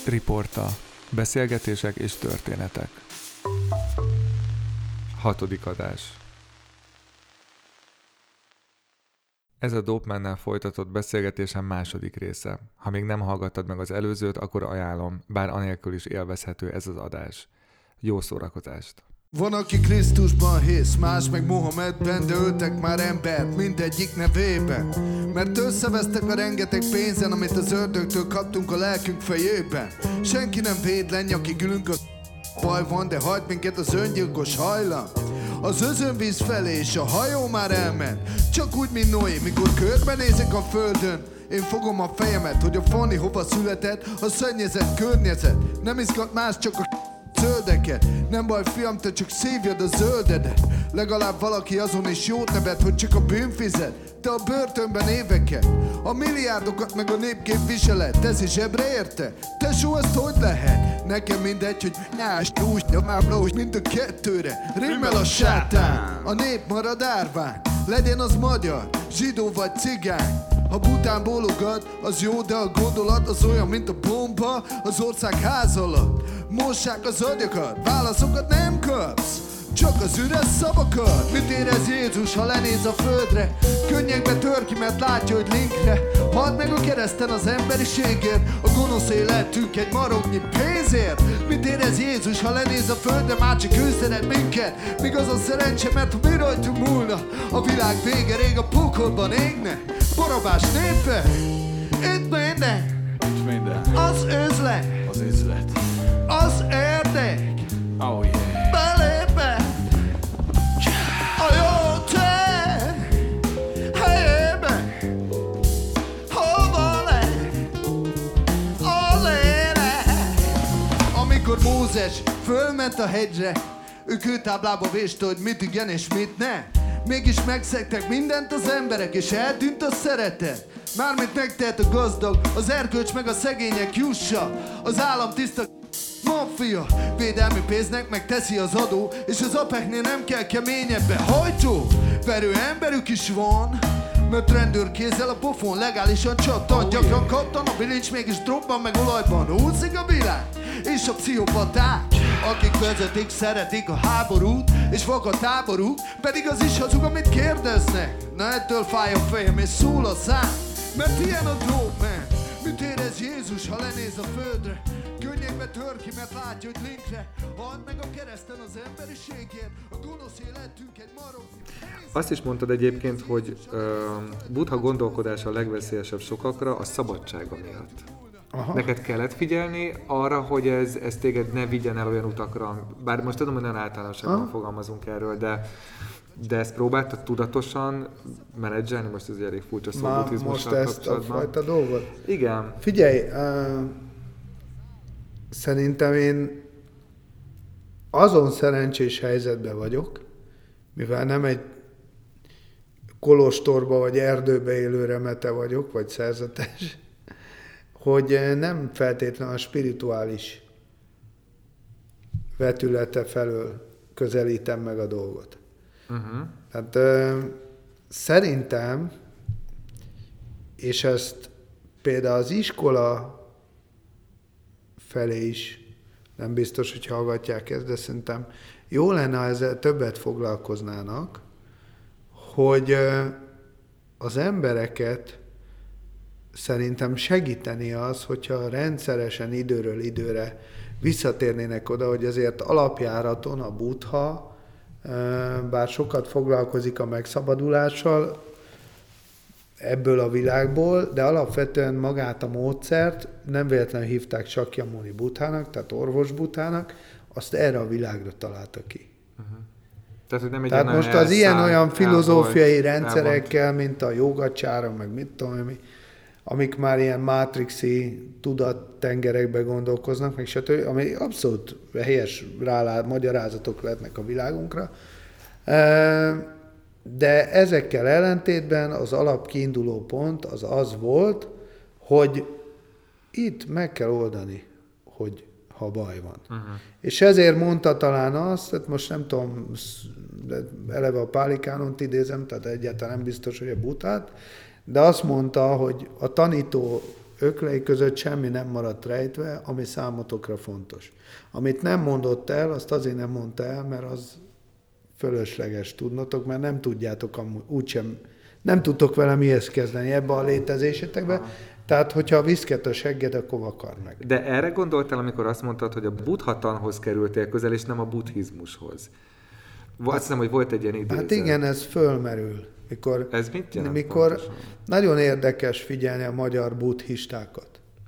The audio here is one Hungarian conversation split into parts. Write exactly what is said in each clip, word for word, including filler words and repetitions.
Riporta. Beszélgetések és történetek. Hatodik adás. Ez a Dopemannel folytatott beszélgetésem második része. Ha még nem hallgattad meg az előzőt, akkor ajánlom, bár anélkül is élvezhető ez az adás. Jó szórakozást! Van, aki Krisztusban hisz, más meg Mohamedben, de öltek már embert mindegyik nevében. Mert összevesztek a rengeteg pénzen, amit az ördögtől kaptunk a lelkünk fejében. Senki nem véd le, nyakig ülünk, a baj van, de hagyd minket az öngyilkos hajlam. Az özönvíz felé és a hajó már elment. Csak úgy, mint Noé, mikor körbenézek a földön. Én fogom a fejemet, hogy a Fanni hova született, a szennyezett környezet. Nem izgat más, csak a zöldeket. Nem baj, fiam, te csak szívjad a zöldedet. Legalább valaki azon is jót nevet, hogy csak a bűn fizet. Te a börtönben éveket, a milliárdokat meg a népkép viselet. Teszi zsebre érte? Tesó, ezt hogy lehet? Nekem mindegy, hogy nyás, lús, nyomáblós, mind a kettőre. Rimmel a sátán, a nép marad árvány. Legyen az magyar, zsidó vagy cigány. Ha bután bólogat, az jó, de a gondolat az olyan, mint a bomba az ország ház alatt. Mossák az agyakat, válaszokat nem kapsz, csak az üres szavakat. Mit érez Jézus, ha lenéz a földre? Könnyekbe tör ki, mert látja, hogy linkre. Halt meg a kereszten az emberiségért, a gonosz életünk egy marognyi pénzért. Mit érez Jézus, ha lenéz a földre? Már csak ő szeret minket, míg az a szerencse, mert ha mi rajtunk múlna, a világ vége rég a pokolban égne. Barabás népe, itt minden, Itt minden. az üzlet, Az üzlet. az érdek. Oh yeah. Belépett a jó te helyébe. Hova lett a lélek? Amikor Mózes fölment a hegyre, ő kőtáblába véste, hogy mit igen és mit ne. Mégis megszegtek mindent az emberek, és eltűnt a szeretet. Mármint megtehet a gazdag, az erkölcs meg a szegények jussa. Az állam tiszta maffia, védelmi pénznek meg teszi az adó, és az apeknél nem kell keményebben. Hajtó, verő emberük is van, mert rendőrkézzel a pofon legálisan csattan. Gyakran kattan, a bilincs mégis dropban meg olajban úszik a világ. És a pszichopaták, akik vezetik, szeretik a háborút, és vak a táboruk, pedig az is hazug, amit kérdeznek. Na ettől fáj a fejem és szól a szám, mert ilyen a Dopman. Mit érez Jézus, ha lenéz a földre? Könnyekbe tör ki, mert látja, hogy linkre. Halt meg a kereszten az emberiségért, a gonosz életünk egy maroknyi. Azt is mondtad egyébként, hogy uh, Buddha gondolkodása a legveszélyesebb sokakra a szabadsága miatt. Aha. Neked kellett figyelni arra, hogy ez, ez téged ne vigyen el olyan utakra, bár most tudom, hogy nagyon általánosabban fogalmazunk erről, de, de ezt próbáltad tudatosan menedzselni, most ez egy elég furcsa szó buddhizmussal kapcsolatban. Most ezt a fajta dolgot? Igen. Figyelj, uh, szerintem én azon szerencsés helyzetben vagyok, mivel nem egy kolostorba vagy erdőbe élő remete vagyok, vagy szerzetes, hogy nem feltétlenül a spirituális vetülete felől közelítem meg a dolgot. Uh-huh. Tehát ö, szerintem, és ezt például az iskola felé is nem biztos, hogy hallgatják ezt, de szerintem jó lenne, ha ezzel többet foglalkoznának, hogy ö, az embereket szerintem segíteni az, hogyha rendszeresen időről időre visszatérnének oda, hogy azért alapjáraton a Buddha, bár sokat foglalkozik a megszabadulással ebből a világból, de alapvetően magát a módszert nem véletlenül hívták Sakyamuni Buddhának, tehát orvos Buddhának, azt erre a világra találta ki. Uh-huh. Tehát, hogy nem egy tehát most az ilyen-olyan filozófiai elvolt, rendszerekkel, elvolt. mint a jogacsára, meg mit tudom, mi, amik már ilyen mátrixi tudattengerekbe gondolkoznak, meg stb., ami abszolút helyes rálá, magyarázatok lehetnek a világunkra. De ezekkel ellentétben az alapkiinduló pont az az volt, hogy itt meg kell oldani, hogy ha baj van. Uh-huh. És ezért mondta talán azt, tehát most nem tudom, eleve a Pálikánont idézem, tehát egyáltalán nem biztos, hogy a Buddhát, de azt mondta, hogy a tanító öklei között semmi nem maradt rejtve, ami számotokra fontos. Amit nem mondott el, azt azért nem mondta el, mert az fölösleges tudnotok, mert nem tudjátok amúgy, úgysem, nem tudtok vele mihez kezdeni ebbe a létezésetekbe. Aha. Tehát, hogyha viszket a segged, akkor vakar meg. De erre gondoltál, amikor azt mondtad, hogy a buddhatanhoz kerültél közel, és nem a buddhizmushoz. Azt hiszem, hogy volt egy ilyen idézet. Hát igen, ez fölmerül. Mikor, ez mit jelent? Mikor pontosan? Nagyon érdekes figyelni a magyar buddhistákat.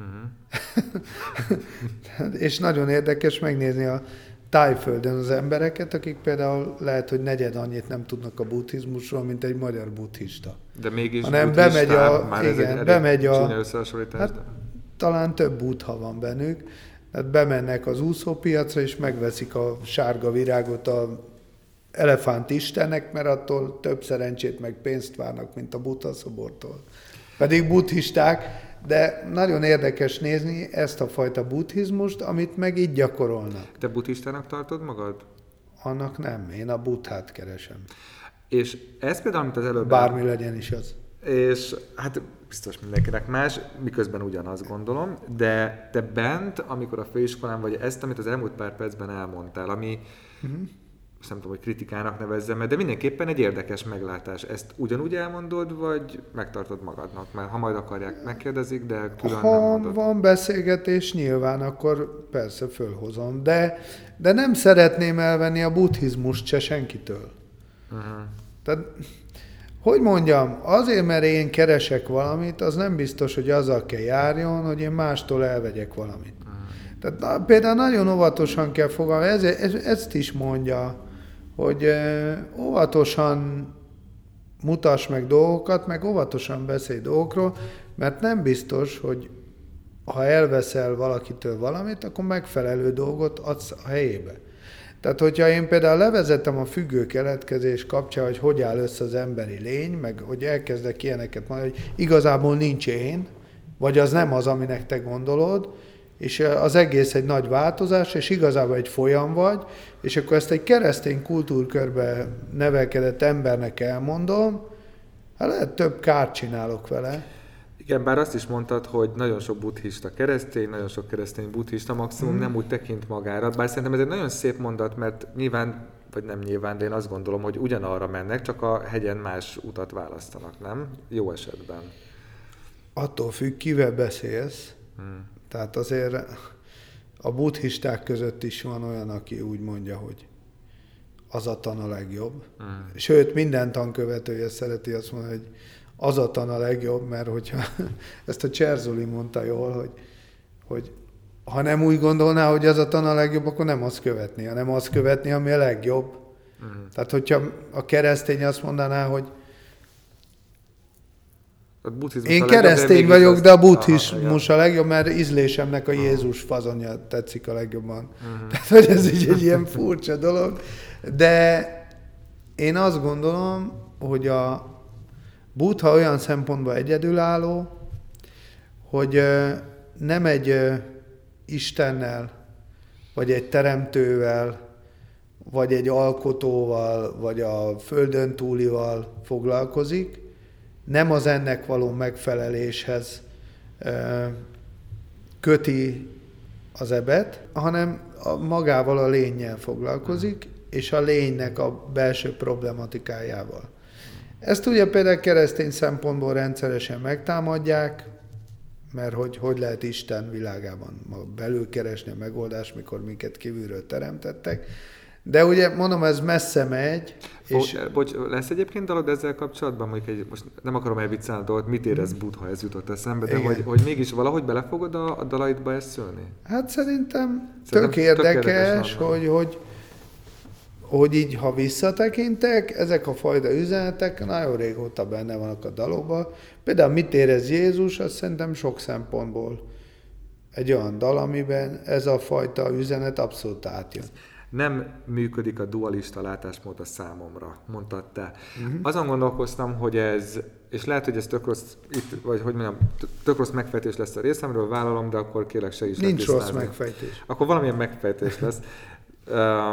Uh-huh. És nagyon érdekes megnézni a Tájföldön az embereket, akik például lehet, hogy negyed annyit nem tudnak a buddhizmusról, mint egy magyar buddhista. De mégis hanem bemegy a, már igen, ez bemegy a, hát, talán több buddha van bennük, tehát bemennek az úszópiacra, és megveszik a sárga virágot a elefánt istennek, mert attól több szerencsét meg pénzt várnak, mint a Buddha szobortól. Pedig buddhisták, de nagyon érdekes nézni ezt a fajta buddhizmust, amit meg így gyakorolnak. Te buddhistának tartod magad? Annak nem, én a buddhát keresem. És ez például, amit az előbb... Bármi el... legyen is az. És hát biztos mindenkinek más, miközben ugyanazt gondolom, de te bent, amikor a főiskolán vagy ezt, amit az elmúlt pár percben elmondtál, ami... Uh-huh. nem tudom, hogy kritikának nevezzem, de mindenképpen egy érdekes meglátás. Ezt ugyanúgy elmondod, vagy megtartod magadnak? Mert ha majd akarják, megkérdezik, de külön ha nem mondod. Ha van beszélgetés, nyilván, akkor persze fölhozom. De, de nem szeretném elvenni a buddhizmust se senkitől. Uh-huh. Tehát, hogy mondjam, azért, mert én keresek valamit, az nem biztos, hogy azzal kell járjon, hogy én mástól elvegyek valamit. Uh-huh. Tehát na, például nagyon óvatosan kell fogalmazni, ez, ez, ezt is mondja, hogy óvatosan mutass meg dolgokat, meg óvatosan beszélj dolgokról, mert nem biztos, hogy ha elveszel valakitől valamit, akkor megfelelő dolgot adsz a helyébe. Tehát, hogyha én például levezetem a függő keletkezés kapcsán, hogy hogy áll össze az emberi lény, meg hogy elkezdek ilyeneket mondani, hogy igazából nincs én, vagy az nem az, aminek te gondolod, és az egész egy nagy változás, és igazából egy folyam vagy, és akkor ezt egy keresztény kultúrkörbe nevelkedett embernek elmondom, hát lehet több kárt csinálok vele. Igen, bár azt is mondtad, hogy nagyon sok buddhista keresztény, nagyon sok keresztény buddhista maximum mm. nem úgy tekint magára, bár szerintem ez egy nagyon szép mondat, mert nyilván, vagy nem nyilván, de én azt gondolom, hogy ugyanarra mennek, csak a hegyen más utat választanak, nem? Jó esetben. Attól függ, kivel beszélsz. Mm. Tehát azért a buddhisták között is van olyan, aki úgy mondja, hogy az a tan a legjobb. Mm. Sőt, minden tankövetője szereti azt mondani, hogy az a tan a legjobb, mert hogyha ezt a Cserzoli mondta jól, hogy, hogy ha nem úgy gondolná, hogy az a tan a legjobb, akkor nem azt követni, hanem azt követni, ami a legjobb. Mm. Tehát, hogyha a keresztény azt mondaná, hogy én keresztény vagyok, de a buddhizmus a legjobb, mert ízlésemnek a Jézus fazonja tetszik a legjobban. Uh-huh. Tehát, hogy ez így egy ilyen furcsa dolog. De én azt gondolom, hogy a Buddha olyan szempontból egyedülálló, hogy nem egy Istennel, vagy egy teremtővel, vagy egy alkotóval, vagy a földön túlival foglalkozik, nem az ennek való megfeleléshez ö, köti az ebet, hanem a, magával a lénnyel foglalkozik, és a lénynek a belső problematikájával. Ezt ugye például keresztény szempontból rendszeresen megtámadják, mert hogy, hogy lehet Isten világában belül keresni a megoldást, mikor minket kívülről teremtettek. De ugye mondom, ez messze megy. Fog, és... Bocs, lesz egyébként dalod ezzel kapcsolatban? Mondjuk egy, most nem akarom elviccelni a dolgot, mit érez Buddha, ez jutott eszembe, de hogy, hogy mégis valahogy bele fogod a, a dalaidba ezt szülni? Hát szerintem, szerintem tök érdekes, tök érdekes hogy, hogy, hogy így, ha visszatekintek, ezek a fajta üzenetek nagyon régóta benne vannak a dalokban. Például mit érez Jézus, azt szerintem sok szempontból egy olyan dal, amiben ez a fajta üzenet abszolút átjön. Nem működik a dualista látásmód a számomra, mondtad te. Uh-huh. Azon gondolkoztam, hogy ez, és lehet, hogy ez tök rossz, itt, vagy hogy mondjam, tök rossz megfejtés lesz a részemről, vállalom, de akkor kérlek segíts. Nincs rossz megfejtés. Akkor valamilyen megfejtés lesz. Um,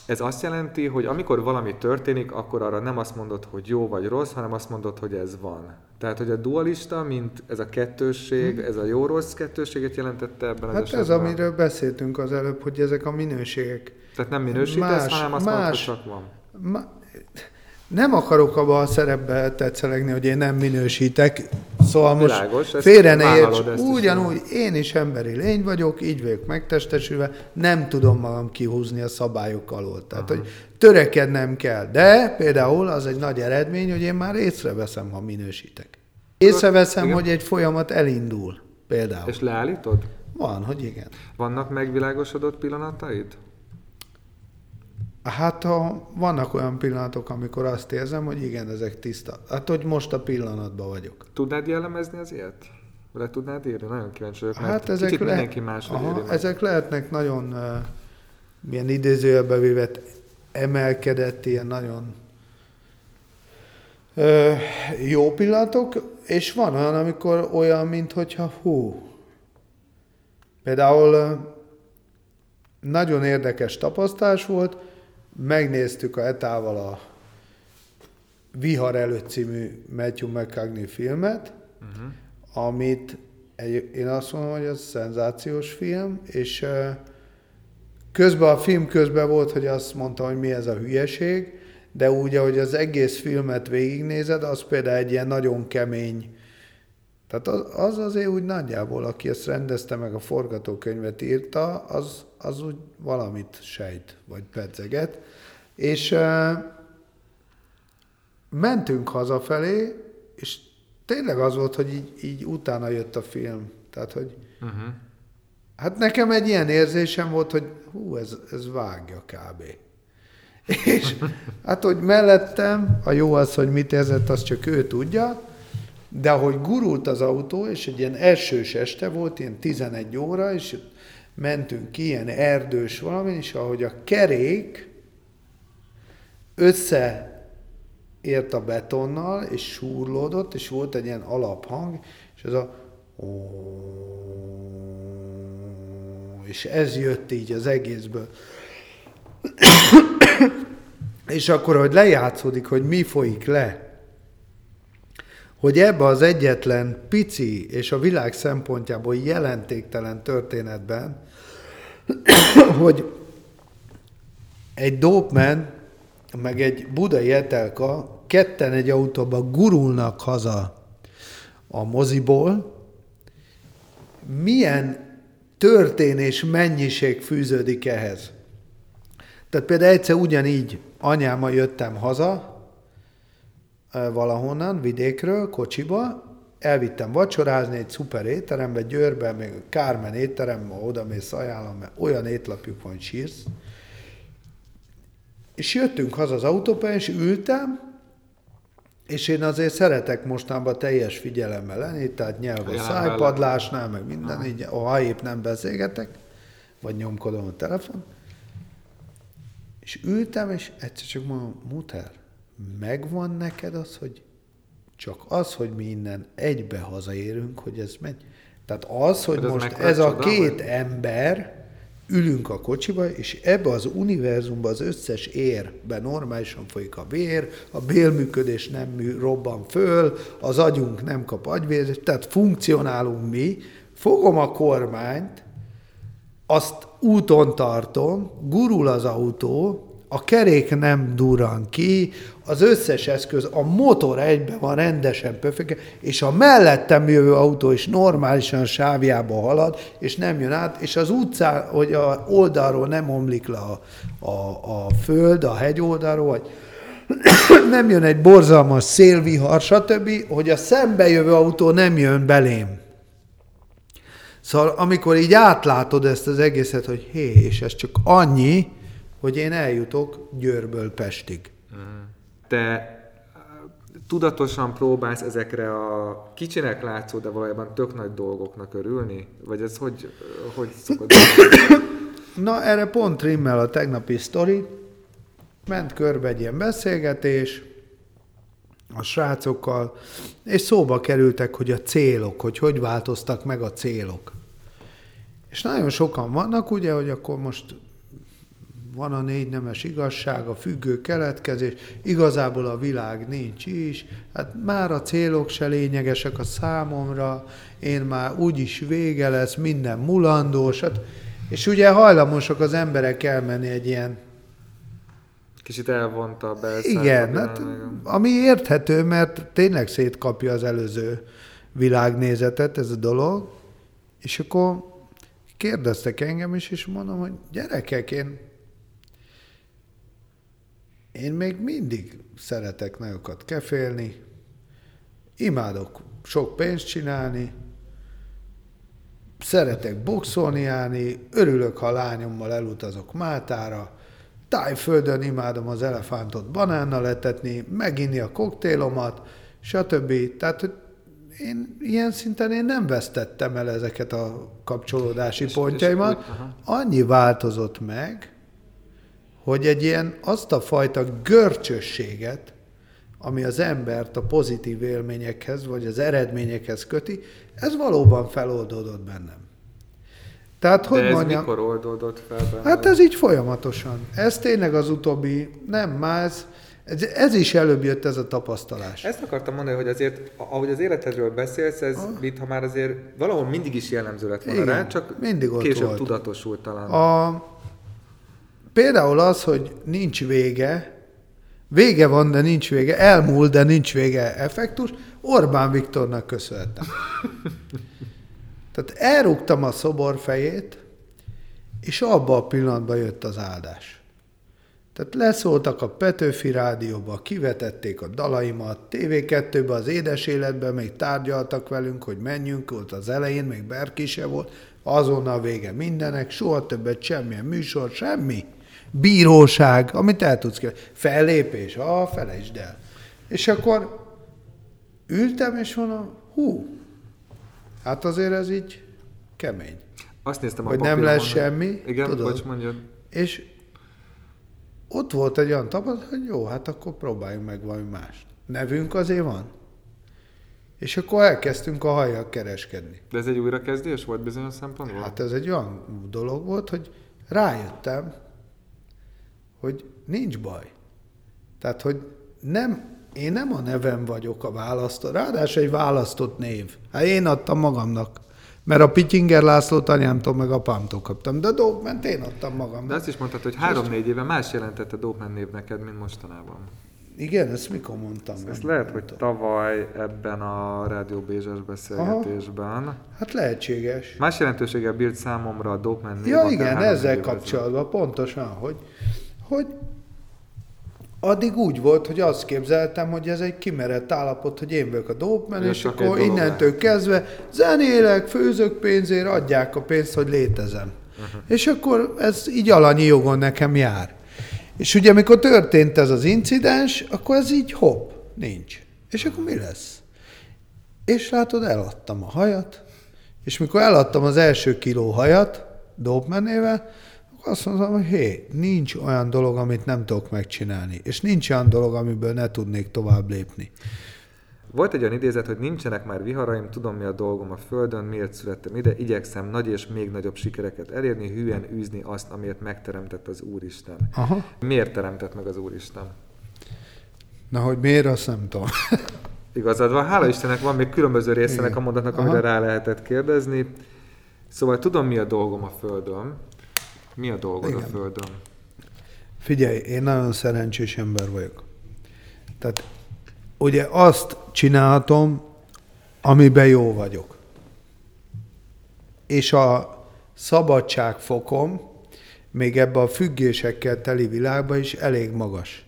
ez azt jelenti, hogy amikor valami történik, akkor arra nem azt mondod, hogy jó vagy rossz, hanem azt mondod, hogy ez van. Tehát, hogy a dualista, mint ez a kettősség, hmm. ez a jó-rossz kettősséget jelentette ebben az hát esetben? Hát ez, amiről beszéltünk az előbb, hogy ezek a minőségek. Tehát nem minősítesz, más, hanem azt más, mondod, hogy csak van. Ma, nem akarok abba a szerepbe tetszelegni, hogy én nem minősítek. Szóval Világos, most félre ne érts, ugyanúgy is én is emberi lény vagyok, így vagyok megtestesülve, nem tudom magam kihúzni a szabályok alól. Tehát, uh-huh. hogy törekednem kell. De például az egy nagy eredmény, hogy én már észreveszem, ha minősítek. Észreveszem, igen. hogy egy folyamat elindul. Például. És leállítod? Van, hogy igen. Vannak megvilágosodott pillanataid? Hát ha vannak olyan pillanatok, amikor azt érzem, hogy igen, ezek tiszta. Hát, hogy most a pillanatban vagyok. Tudnád jellemezni az ilyet? Le tudnád írni? Nagyon kíváncsi vagyok, mert hát ezek kicsit le... mindenki máshogy Aha, írni. Ezek lehetnek nagyon, uh, milyen idézőjelbe vévet, emelkedett, ilyen nagyon uh, jó pillanatok, és van olyan, amikor olyan, minthogyha hú. Például uh, nagyon érdekes tapasztalás volt, megnéztük a Etával a Vihar előtt című Matthew McConaughey filmet, uh-huh. amit egy, én azt mondom, hogy ez szenzációs film, és uh, közben a film közben volt, hogy azt mondta, hogy mi ez a hülyeség, de úgy, ahogy az egész filmet végignézed, az például egy ilyen nagyon kemény. Tehát az, az azért úgy nagyjából, aki ezt rendezte meg, a forgatókönyvet írta, az, az úgy valamit sejt, vagy pedzeget. És uh, mentünk hazafelé, és tényleg az volt, hogy így, így utána jött a film. Tehát, hogy uh-huh. hát nekem egy ilyen érzésem volt, hogy hú, ez, ez vágja kb. És hát, hogy mellettem, a jó az, hogy mit érzett, azt csak ő tudja, de ahogy gurult az autó, és egy ilyen esős este volt, ilyen tizenegy óra, és mentünk ki, ilyen erdős valami, és ahogy a kerék összeért a betonnal, és súrlódott, és volt egy ilyen alaphang, és ez a és ez jött így az egészből. És akkor, hogy lejátszódik, hogy mi folyik le, hogy ebbe az egyetlen pici és a világ szempontjából jelentéktelen történetben, hogy egy dopeman, meg egy budai Etelka ketten egy autóba gurulnak haza a moziból, milyen történés mennyiség fűződik ehhez. Tehát például egyszer ugyanígy anyámmal jöttem haza, valahonnan, vidékről, kocsiba, elvittem vacsorázni egy szuper étterembe, Győrben, még a Kármen étterembe, oda mész, ajánlom, mert olyan étlapjuk van, sírsz. És jöttünk haza az autópályán, és ültem, és én azért szeretek mostanában teljes figyelemmel lenni, tehát nyelv a szájpadlásnál, meg minden, ha. Így, ha épp nem beszélgetek, vagy nyomkodom a telefon. És ültem, és egyszer csak mondom, Muter, megvan neked az, hogy csak az, hogy mi innen egybe hazaérünk, hogy ez megy. Tehát az, hogy ez most ez a két vagy? Ember ülünk a kocsiba, és ebbe az univerzumban az összes érben normálisan folyik a vér, a bélműködés nem mű, robban föl, az agyunk nem kap agyvérzést, tehát funkcionálunk mi, fogom a kormányt, azt úton tartom, gurul az autó, a kerék nem durran ki, az összes eszköz, a motor egyben van rendesen pöföke, és a mellettem jövő autó is normálisan a sávjába halad, és nem jön át, és az utcán, hogy a oldalról nem omlik le a, a, a föld, a hegy oldalról, vagy nem jön egy borzalmas szélvihar, stb., hogy a szembejövő autó nem jön belém. Szóval amikor így átlátod ezt az egészet, hogy hé, és ez csak annyi, hogy én eljutok Győrből Pestig. Te tudatosan próbálsz ezekre a kicsinek látszó, de valójában tök nagy dolgoknak örülni? Vagy ez hogy, hogy szokod? Na, erre pont rimmel a tegnapi sztori. Ment körbe egy ilyen beszélgetés a srácokkal, és szóba kerültek, hogy a célok, hogy hogy változtak meg a célok. És nagyon sokan vannak, ugye, hogy akkor most van a négy nemes igazság, a függő keletkezés, igazából a világ nincs is, hát már a célok se lényegesek a számomra, én már úgyis vége lesz, minden mulandós, hát, és ugye hajlamosak az emberek elmenni egy ilyen kicsit elvonta a belszáll. Igen, hát, ami érthető, mert tényleg szétkapja az előző világnézetet ez a dolog, és akkor kérdeztek engem is, és mondom, hogy gyerekek, én, én még mindig szeretek nagyokat kefélni, imádok sok pénzt csinálni, szeretek boxolni járni, örülök, ha a lányommal elutazok Máltára, Tájföldön imádom az elefántot banánnal etetni, meginni a koktélomat, stb. Tehát én ilyen szinten én nem vesztettem el ezeket a kapcsolódási és, pontjaimat. És, Annyi változott meg, hogy egy ilyen azt a fajta görcsösséget, ami az embert a pozitív élményekhez, vagy az eredményekhez köti, ez valóban feloldódott bennem. Tehát, de hogy ez mondjam, mikor oldódott fel benne? Hát ez így folyamatosan. Ez tényleg az utóbbi, nem más, ez, ez is előbb jött ez a tapasztalás. Ezt akartam mondani, hogy azért, ahogy az életedről beszélsz, ez ah. mintha már azért valahol mindig is jellemző lett volna rá, csak mindig ott később volt. tudatosult talán. A, például az, hogy nincs vége, vége van, de nincs vége, elmúlt, de nincs vége effektus, Orbán Viktornak köszönhetem. Tehát elrúgtam a szobor fejét, és abban a pillanatban jött az áldás. Tehát leszóltak a Petőfi Rádióba, kivetették a dalaimat, té vé kettőben, az Édes Életben még tárgyaltak velünk, hogy menjünk, ott az elején, még Berki se volt, azonnal vége mindenek, soha többet semmilyen műsor, semmi. Bíróság, amit el tudsz kérni. Fellépés, ah, felejtsd el. És akkor ültem, és mondom, hú, hát azért ez így kemény. Azt néztem a hogy nem lesz semmi. Igen, tudod? bocs, mondjad. És ott volt egy olyan tapasztalat, hogy jó, hát akkor próbáljunk meg valami mást. Nevünk azért van. És akkor elkezdtünk a hajjal kereskedni. De ez egy újrakezdés volt bizonyos szempontból? Hát ez egy olyan dolog volt, hogy rájöttem, hogy nincs baj. Tehát, hogy nem, én nem a nevem vagyok a választó, ráadásul egy választott név. Hát én adtam magamnak. Mert a Pityinger Lászlót anyámtól meg apámtól kaptam, de a Dogment én adtam magamnak. De azt is mondtad, hogy három-négy éve más jelentett a Dogment név neked, mint mostanában. Igen, ezt mikor mondtam? Ezt, ezt lehet, hogy tavaly ebben a Rádió Bézsás beszélgetésben. Aha. Hát lehetséges. Más jelentőséggel bírt számomra a Dogment név. Ja igen, ezzel kapcsolatban pontosan, hogy, hogy addig úgy volt, hogy azt képzeltem, hogy ez egy kimerett állapot, hogy én vagyok a Dogment, és akkor innentől lehet. Kezdve zenélek, főzök pénzért, adják a pénzt, hogy létezem. Uh-huh. És akkor ez így alanyi jogon nekem jár. És ugye amikor történt ez az incidens, akkor ez így hopp, nincs. És akkor mi lesz? És látod, eladtam a hajat, és mikor eladtam az első kiló hajat, Dogment-nével, azt mondom, hogy hé, nincs olyan dolog, amit nem tudok megcsinálni, és nincs olyan dolog, amiből ne tudnék tovább lépni. Volt egy olyan idézet, hogy nincsenek már viharaim, tudom, mi a dolgom a földön, miért születtem ide, igyekszem nagy és még nagyobb sikereket elérni, hülyen űzni azt, amiért megteremtett az Úristen. Aha. Miért teremtett meg az Úristen? Na, hogy miért, azt nem tudom. Igazad van, hála Istennek van még különböző részének a mondatnak, amire rá lehetett kérdezni. Szóval tudom, mi a dolgom a földön. Mi a dolgod Igen. a földön? Figyelj, én nagyon szerencsés ember vagyok. Tehát ugye azt csinálhatom, amiben jó vagyok. És a szabadságfokom még ebbe a függésekkel teli világban is elég magas.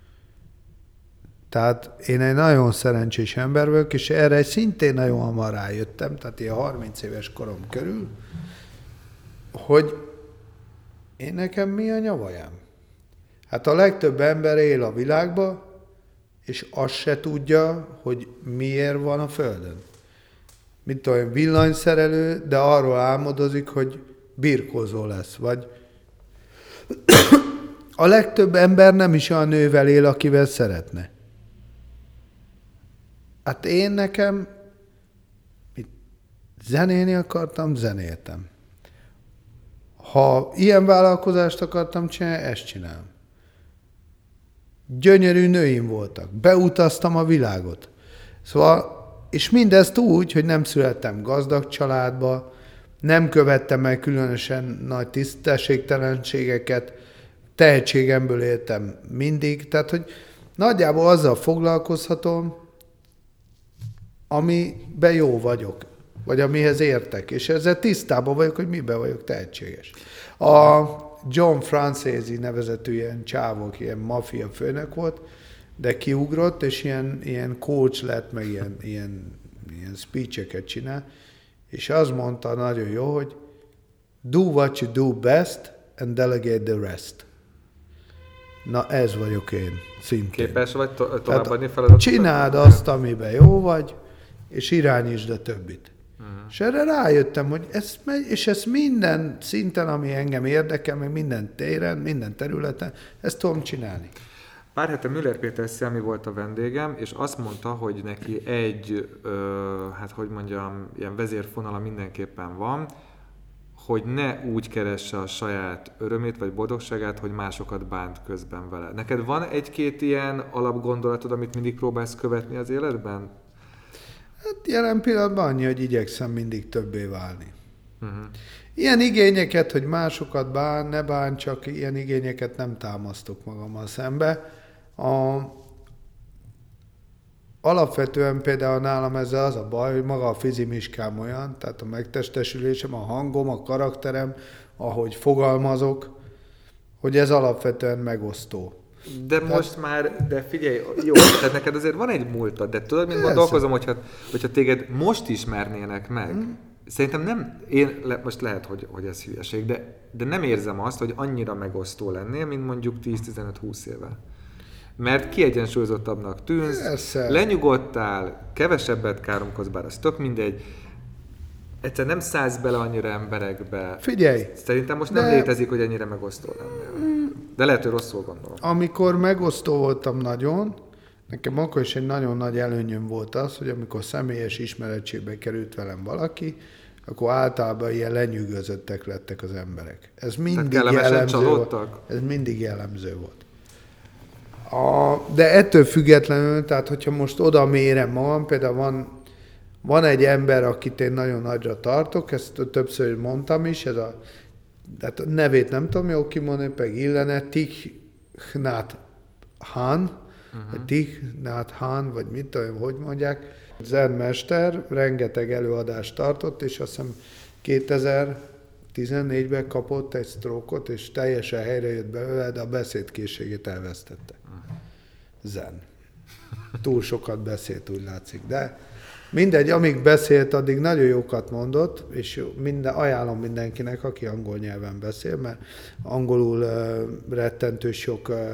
Tehát én egy nagyon szerencsés ember vagyok, és erre szintén nagyon hamar rájöttem, tehát ilyen harminc éves korom körül, hogy én nekem mi a nyavajám? Hát a legtöbb ember él a világban, és azt se tudja, hogy miért van a Földön. Mint tudom, villanyszerelő, de arról álmodozik, hogy birkózó lesz, vagy a legtöbb ember nem is a nővel él, akivel szeretne. Hát én nekem mit, zenélni akartam, zenéltem. Ha ilyen vállalkozást akartam csinálni, ezt csinálom. Gyönyörű nőim voltak. Beutaztam a világot. Szóval, és mindezt úgy, hogy nem születtem gazdag családba, nem követtem el különösen nagy tisztességtelenségeket, tehetségemből éltem mindig, tehát, hogy nagyjából azzal foglalkozhatom, amiben jó vagyok, vagy amihez értek, és ezzel tisztában vagyok, hogy miben vagyok tehetséges. A John Francesi nevezetű ilyen csávok, ilyen maffia főnök volt, de kiugrott, és ilyen, ilyen coach lett, meg ilyen, ilyen, ilyen speech-eket csinál, és azt mondta nagyon jó, hogy do what you do best and delegate the rest. Na ez vagyok én, szintén. Képes vagy to- továbbadni feladatot? Csináld azt, amiben jó vagy, és irányítsd a többit. Uh-huh. És erre rájöttem, hogy ez megy, és ez minden szinten, ami engem érdekel, meg minden téren, minden területen, ezt tudom csinálni. Pár hete Müller Péter Szelmi volt a vendégem, és azt mondta, hogy neki egy, ö, hát hogy mondjam, ilyen vezérfonala mindenképpen van, hogy ne úgy keresse a saját örömét vagy boldogságát, hogy másokat bánt közben vele. Neked van egy-két ilyen alapgondolatod, amit mindig próbálsz követni az életben? Hát jelen pillanatban annyi, hogy igyekszem mindig többé válni. Uh-huh. Ilyen igényeket, hogy másokat bán, ne bán, csak ilyen igényeket nem támasztok magammal szembe. A... Alapvetően például nálam ezzel az a baj, hogy maga a fizimiskám olyan, tehát a megtestesülésem, a hangom, a karakterem, ahogy fogalmazok, hogy ez alapvetően megosztó. De tehát... most már, de figyelj, jó, tehát neked azért van egy múltad, de tudod, mint gondolkozom, hogyha, hogyha téged most ismernének meg, hmm. Szerintem nem, én le, most lehet, hogy, hogy ez hülyeség, de, de nem érzem azt, hogy annyira megosztó lennél, mint mondjuk tíz-tizenöt-húsz éve. Mert kiegyensúlyozottabbnak tűnsz, Persze. lenyugodtál, kevesebbet káromkodsz, bár az tök mindegy. Egyszer nem szállsz bele annyira emberekbe. Figyelj! Szerintem most nem de... létezik, hogy ennyire megosztó lennél. De lehet, hogy rosszul gondolom. Amikor megosztó voltam nagyon, nekem akkor is egy nagyon nagy előnyöm volt az, hogy amikor személyes ismeretségbe került velem valaki, akkor általában ilyen lenyűgözöttek lettek az emberek. Ez mindig jellemző volt. Ez mindig jellemző volt. A, de ettől függetlenül, tehát hogyha most oda mérem magam, például van, van egy ember, akit én nagyon nagyra tartok, ezt többször mondtam is, ez a, tehát a nevét nem tudom jól kimondani, pedig illene, Thich Nhat Hanh, uh-huh. vagy Thich Nhat Hanh, vagy mit tudom, hogy mondják. Zen mester rengeteg előadást tartott, és azt hiszem kétezer-tizennégyben kapott egy sztrókot, és teljesen helyre jött belőle, de a beszédkészségét elvesztette. Zen. Túl sokat beszélt, úgy látszik. De mindegy, amíg beszélt, addig nagyon jókat mondott, és minden, ajánlom mindenkinek, aki angol nyelven beszél, mert angolul uh, rettentő sok uh,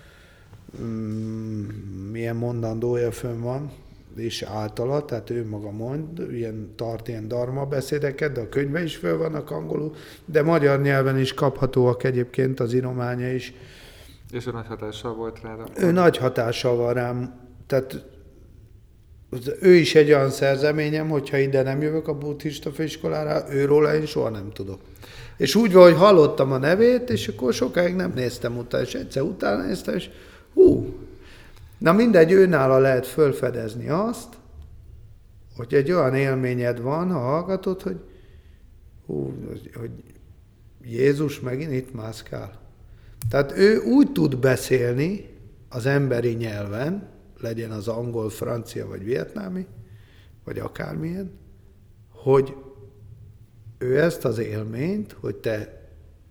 um, milyen mondandója fönn van, és általa, tehát ő maga mond, ilyen, tart ilyen dharma beszédeket, de a könyve is föl vannak angolul, de magyar nyelven is kaphatóak egyébként, az írománya is. És ő nagy hatással volt rá. Ő nagy hatással van rám, tehát ő is egy olyan szerzeményem, hogyha ide nem jövök a buddhista főiskolára, őróla én soha nem tudok. És úgy van, hogy hallottam a nevét, és akkor sokáig nem néztem utána, és egyszer utána néztem, és hú, na mindegy, őnála lehet fölfedezni azt, hogy egy olyan élményed van, ha hallgatod, hogy hú, hogy Jézus megint itt mászkál. Tehát ő úgy tud beszélni az emberi nyelven, legyen az angol, francia vagy vietnámi, vagy akármilyen, hogy ő ezt az élményt, hogy te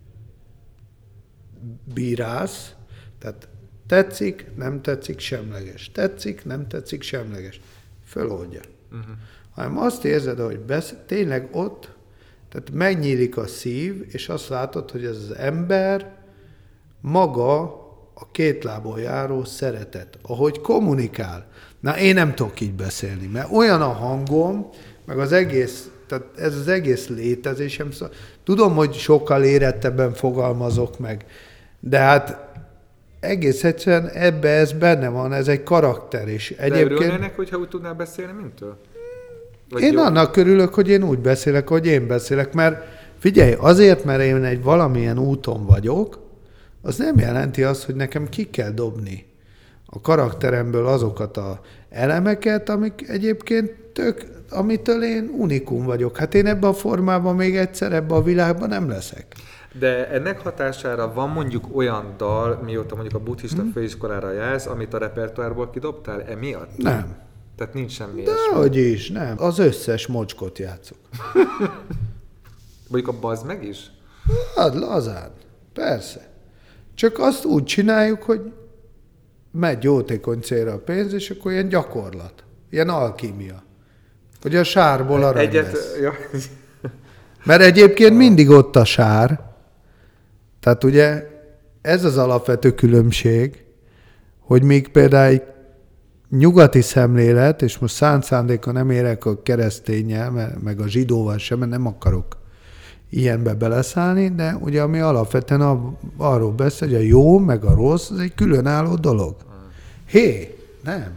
bírálsz, tehát tetszik, nem tetszik, semleges. Tetszik, nem tetszik, semleges. Föloldja. Uh-huh. Hanem azt érzed, hogy besz- tényleg ott, tehát megnyílik a szív, és azt látod, hogy ez az ember maga a két lábon járó szeretet, ahogy kommunikál. Na, én nem tudok így beszélni, mert olyan a hangom, meg az egész, tehát ez az egész létezésem. Szóval tudom, hogy sokkal érettebben fogalmazok meg, de hát egész egyszerűen ebbe ez benne van, ez egy karakter is. De egyébként... örülnének, hogyha úgy tudnál beszélni, mint ő? Vagy én jó? Annak örülök, hogy én úgy beszélek, hogy én beszélek, mert Figyelj, azért, mert én egy valamilyen úton vagyok, az nem jelenti azt, hogy nekem ki kell dobni a karakteremből azokat az elemeket, amik egyébként tök, amitől én unikum vagyok. Hát én ebben a formában még egyszer ebben a világban nem leszek. De ennek hatására van mondjuk olyan dal, mióta mondjuk a buddhista hmm. főiskolára jársz, amit a repertoárból kidobtál emiatt? Nem. Tehát nincs semmi De ilyesmi. hogy is, nem. Az összes mocskot játszok. Mondjuk a bazd meg is? Hát lazán. Persze. Csak azt úgy csináljuk, hogy megy jótékony célra a pénz, és akkor ilyen gyakorlat. Ilyen alkímia. Hogy a sárból arany Egyet, lesz. ja. Mert egyébként mindig ott a sár. Tehát ugye ez az alapvető különbség, hogy még például egy nyugati szemlélet, és most szánt szándéka nem érek a kereszténnyel, meg a zsidóval sem, mert nem akarok ilyenbe beleszállni, de ugye ami alapvetően a, arról beszél, hogy a jó meg a rossz, az egy különálló dolog. Hé, nem.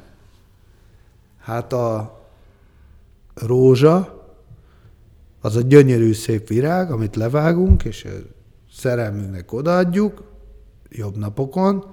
Hát a rózsa az a gyönyörű szép virág, amit levágunk, és szerelmünknek odaadjuk, jobb napokon,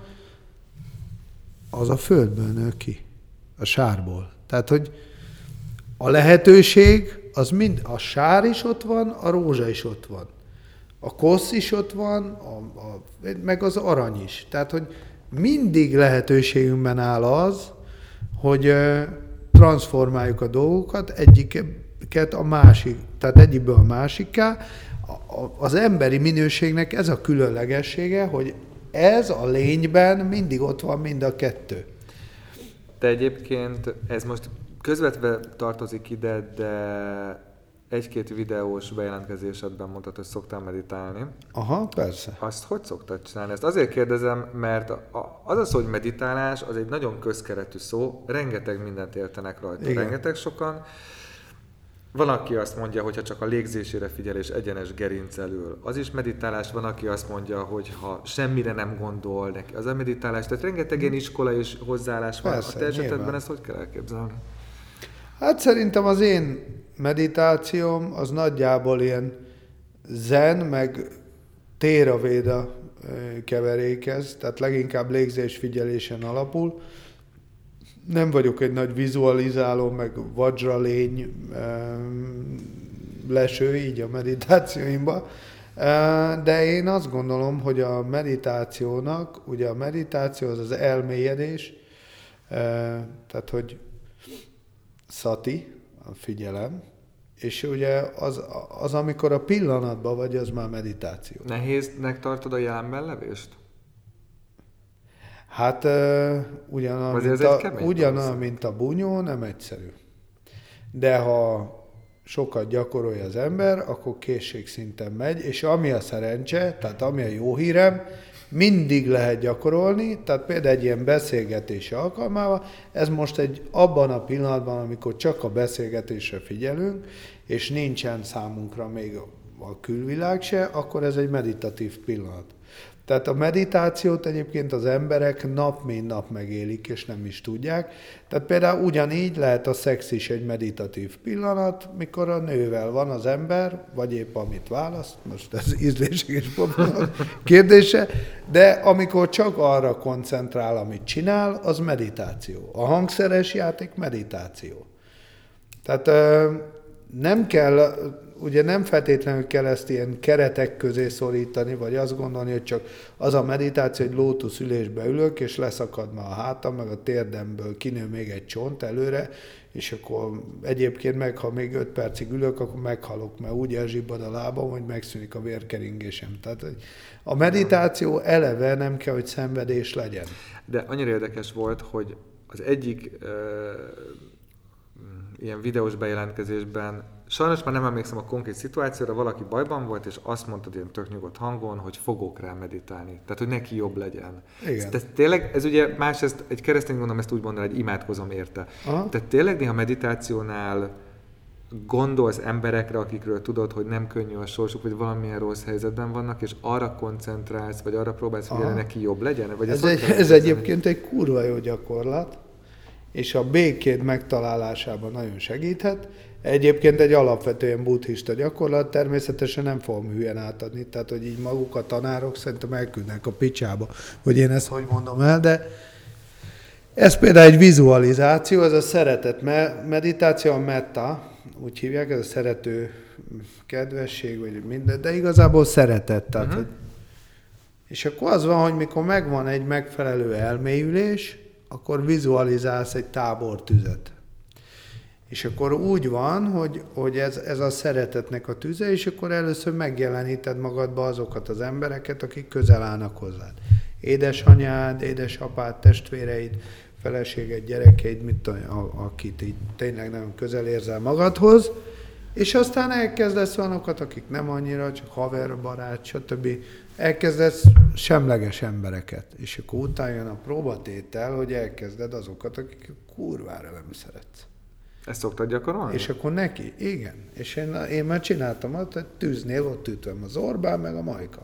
az a földből nő ki, a sárból. Tehát, hogy a lehetőség, az mind, a sár is ott van, a rózsa is ott van. A kosz is ott van, a, a, meg az arany is. Tehát, hogy mindig lehetőségünkben áll az, hogy uh, transformáljuk a dolgokat, egyiket a másik, tehát egyikből a másikká. Az emberi minőségnek ez a különlegessége, hogy ez a lényben mindig ott van mind a kettő. De egyébként ez most közvetve tartozik ide, de egy-két videós bejelentkezésedben mondtad, hogy szoktál meditálni. Aha, persze. Azt hogy szoktad csinálni? Ezt azért kérdezem, mert az a szó, hogy meditálás, az egy nagyon közkeretű szó, rengeteg mindent értenek rajta, igen. Rengeteg sokan. Van, aki azt mondja, hogy ha csak a légzésére figyel és egyenes gerincelül, az is meditálás. Van, aki azt mondja, hogy ha semmire nem gondol neki, az a meditálás. Tehát rengeteg ilyen iskola és hozzáállás van. Persze, a te esetedben nyilván. ezt hogy kell elképzelni? Hát szerintem az én meditációm az nagyjából ilyen zen, meg téravéda keverékez, tehát leginkább légzésfigyelésen alapul. Nem vagyok egy nagy vizualizáló, meg vajra lény leső így a meditációimban, de én azt gondolom, hogy a meditációnak, ugye a meditáció az az elmélyedés, tehát hogy szati, a figyelem, és ugye az, az, amikor a pillanatban vagy, az már meditáció. Nehéznek tartod a jelenben levést? Hát uh, ugyanaz, mint, a, ugyanaz mint a bunyó, nem egyszerű. De ha sokat gyakorolja az ember, akkor készségszinten megy, és ami a szerencse, tehát ami a jó hírem, mindig lehet gyakorolni, tehát például egy ilyen beszélgetés alkalmával, ez most egy abban a pillanatban, amikor csak a beszélgetésre figyelünk, és nincsen számunkra még a külvilág se, akkor ez egy meditatív pillanat. Tehát a meditációt egyébként az emberek nap mint nap megélik, és nem is tudják. Tehát például ugyanígy lehet a szex is egy meditatív pillanat, mikor a nővel van az ember, vagy épp amit választ, most ez ízlések és kérdése, de amikor csak arra koncentrál, amit csinál, az meditáció. A hangszeres játék meditáció. Tehát nem kell... Ugye nem feltétlenül kell ezt ilyen keretek közé szorítani, vagy azt gondolni, hogy csak az a meditáció, hogy lótusz ülésbe ülök, és leszakadna a hátam, meg a térdemből kinő még egy csont előre, és akkor egyébként meg, ha még öt percig ülök, akkor meghalok, mert úgy elzsibbad a lábam, hogy megszűnik a vérkeringésem. Tehát a meditáció eleve nem kell, hogy szenvedés legyen. De annyira érdekes volt, hogy az egyik uh, ilyen videós bejelentkezésben sajnos már nem emlékszem a konkrét szituációra, valaki bajban volt, és azt mondtad ilyen tök nyugodt hangon, hogy fogok rá meditálni. Tehát, hogy neki jobb legyen. Igen. Ez tényleg, ez ugye más, ezt, egy keresztény gondolom ezt úgy mondani, hogy imádkozom érte. Aha. Tehát tényleg néha meditációnál gondolsz emberekre, akikről tudod, hogy nem könnyű a sorsuk, vagy valamilyen rossz helyzetben vannak, és arra koncentrálsz, vagy arra próbálsz figyelni, neki jobb legyen? Vagy ez egy, ez egyébként egy kurva jó gyakorlat, és a békéd megtalálásában nagyon segíthet. Egyébként egy alapvetően buddhista gyakorlat, természetesen nem fogom hülyen átadni, tehát hogy így maguk a tanárok szerintem elküldnek a picsába, hogy én ezt hogy mondom el, de ez például egy vizualizáció, ez a szeretet meditáció, a metta, úgy hívják, ez a szerető kedvesség, vagy minden, de igazából szeretet. Tehát, uh-huh. hogy, és akkor az van, hogy mikor megvan egy megfelelő elmélyülés, akkor vizualizálsz egy tábortüzet. És akkor úgy van, hogy, hogy ez, ez a szeretetnek a tüze, és akkor először megjeleníted magadba azokat az embereket, akik közel állnak hozzád. Édesanyád, édesapád, testvéreid, feleséged, gyerekeid, mit tudom, akit így tényleg nagyon közel érzel magadhoz, és aztán elkezdesz olyanokat, akik nem annyira, csak haver, barát, stb. Elkezdesz semleges embereket, és akkor utána jön a próbatétel, hogy elkezded azokat, akik kurvára nem szeretsz. Ezt szoktad gyakorolni? És akkor neki, igen. És én, én már csináltam azt, hogy tűznél ott ütöm az Orbán meg a Majka.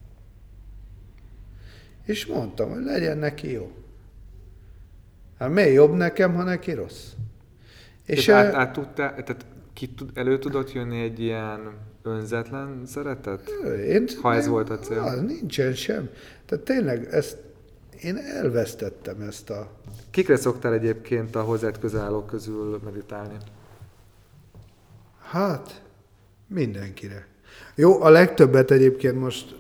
És mondtam, hogy legyen neki jó. Hát miért jobb nekem, ha neki rossz? És át, át tudtál, tehát ki tud, elő tudott jönni egy ilyen önzetlen szeretet? Én, ha ez volt a cél? Az nincsen sem. Tehát tényleg ezt, én elvesztettem ezt a... Kikre szoktál egyébként a hozzád közel állók közül meditálni? Hát, mindenkire. Jó, a legtöbbet egyébként most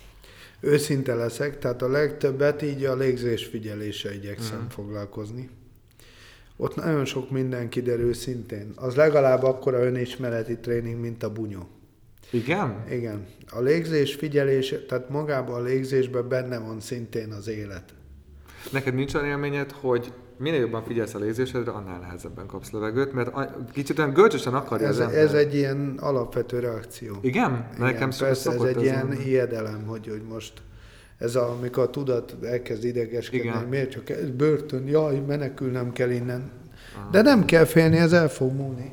őszinte leszek, tehát a legtöbbet így a légzés figyeléssel igyekszem uh-huh. foglalkozni. Ott nagyon sok minden kiderül szintén. Az legalább akkora önismereti tréning, mint a bunyó. Igen? Igen. A légzés figyelés, tehát magában a légzésben benne van szintén az élet. Neked nincs olyan élményed, hogy minél jobban figyelsz a légzésedre, annál nehezebben kapsz levegőt, mert kicsit olyan görcsösen akarja ez, az ember. Ez egy ilyen alapvető reakció. Igen? Igen, Nekem persze, ez egy ez ilyen van. hiedelem, hogy, hogy most ez a, amikor a tudat elkezd idegeskedni, hogy miért csak ez börtön, jaj, menekülnem kell innen. Aha. De nem kell félni, ez el fog múlni.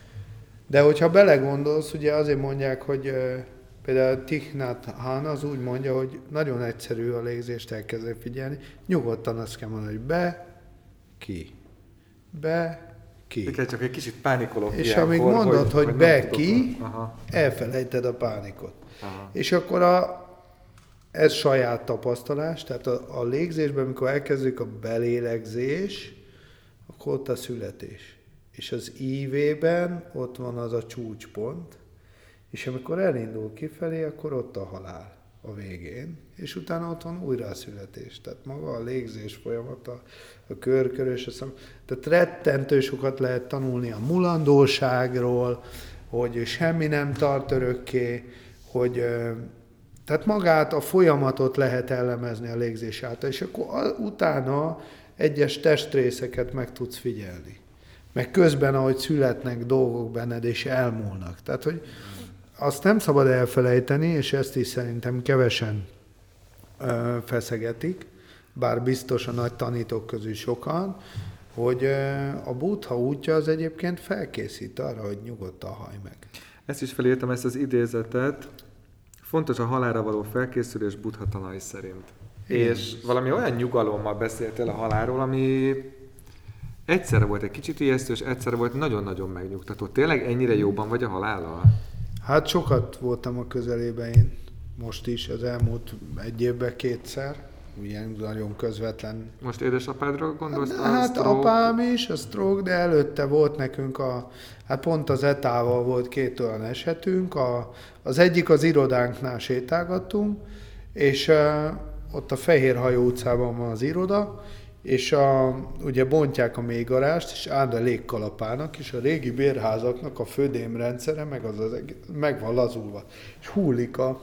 De hogyha belegondolsz, ugye azért mondják, hogy uh, például Thich Nhat Hanh az úgy mondja, hogy nagyon egyszerű a légzést elkezdeni figyelni, nyugodtan azt kell mondani, hogy be, ki, be, ki. De csak egy kicsit pánikolok. És ilyenkor, amíg mondod, hogy, hogy, hogy be, ki, Aha. elfelejted a pánikot. Aha. És akkor a, ez saját tapasztalás, tehát a, a légzésben, amikor elkezdjük a belélegzés, akkor ott a születés. És az ívében ott van az a csúcspont, és amikor elindul kifelé, akkor ott a halál a végén, és utána ott van újra a születés. Tehát maga a légzés folyamata, a körkörös, a szem... tehát rettentő sokat lehet tanulni a mulandóságról, hogy semmi nem tart örökké, hogy tehát magát a folyamatot lehet elemezni a légzés által, és akkor utána egyes testrészeket meg tudsz figyelni. Meg közben, ahogy születnek dolgok benned, és elmúlnak. Tehát, hogy azt nem szabad elfelejteni, és ezt is szerintem kevesen ö, feszegetik, bár biztos a nagy tanítók közül sokan, hogy ö, a Buddha útja az egyébként felkészít arra, hogy nyugodtan hallj meg. Ezt is felírtam, ezt az idézetet. Fontos a halálra való felkészülés Buddha tanai szerint. Igen. És valami olyan nyugalommal beszéltél a halálról, ami egyszerre volt egy kicsit ijesztő, és egyszerre volt nagyon-nagyon megnyugtató. Tényleg ennyire jóban vagy a halállal? Hát sokat voltam a közelében én, most is, az elmúlt egy évben kétszer, ilyen nagyon közvetlen. Most édesapádra gondolsz? Hát, hát apám is, a stroke, de előtte volt nekünk a, hát pont az etával volt két olyan esetünk, a, az egyik az irodánknál sétálgattunk, és uh, ott a Fehérhajó utcában van az iroda, és a, ugye bontják a mélygarást, és áll a légkalapának, és a régi bérházaknak a födémrendszere meg, az az, meg van lazulva. És hullik a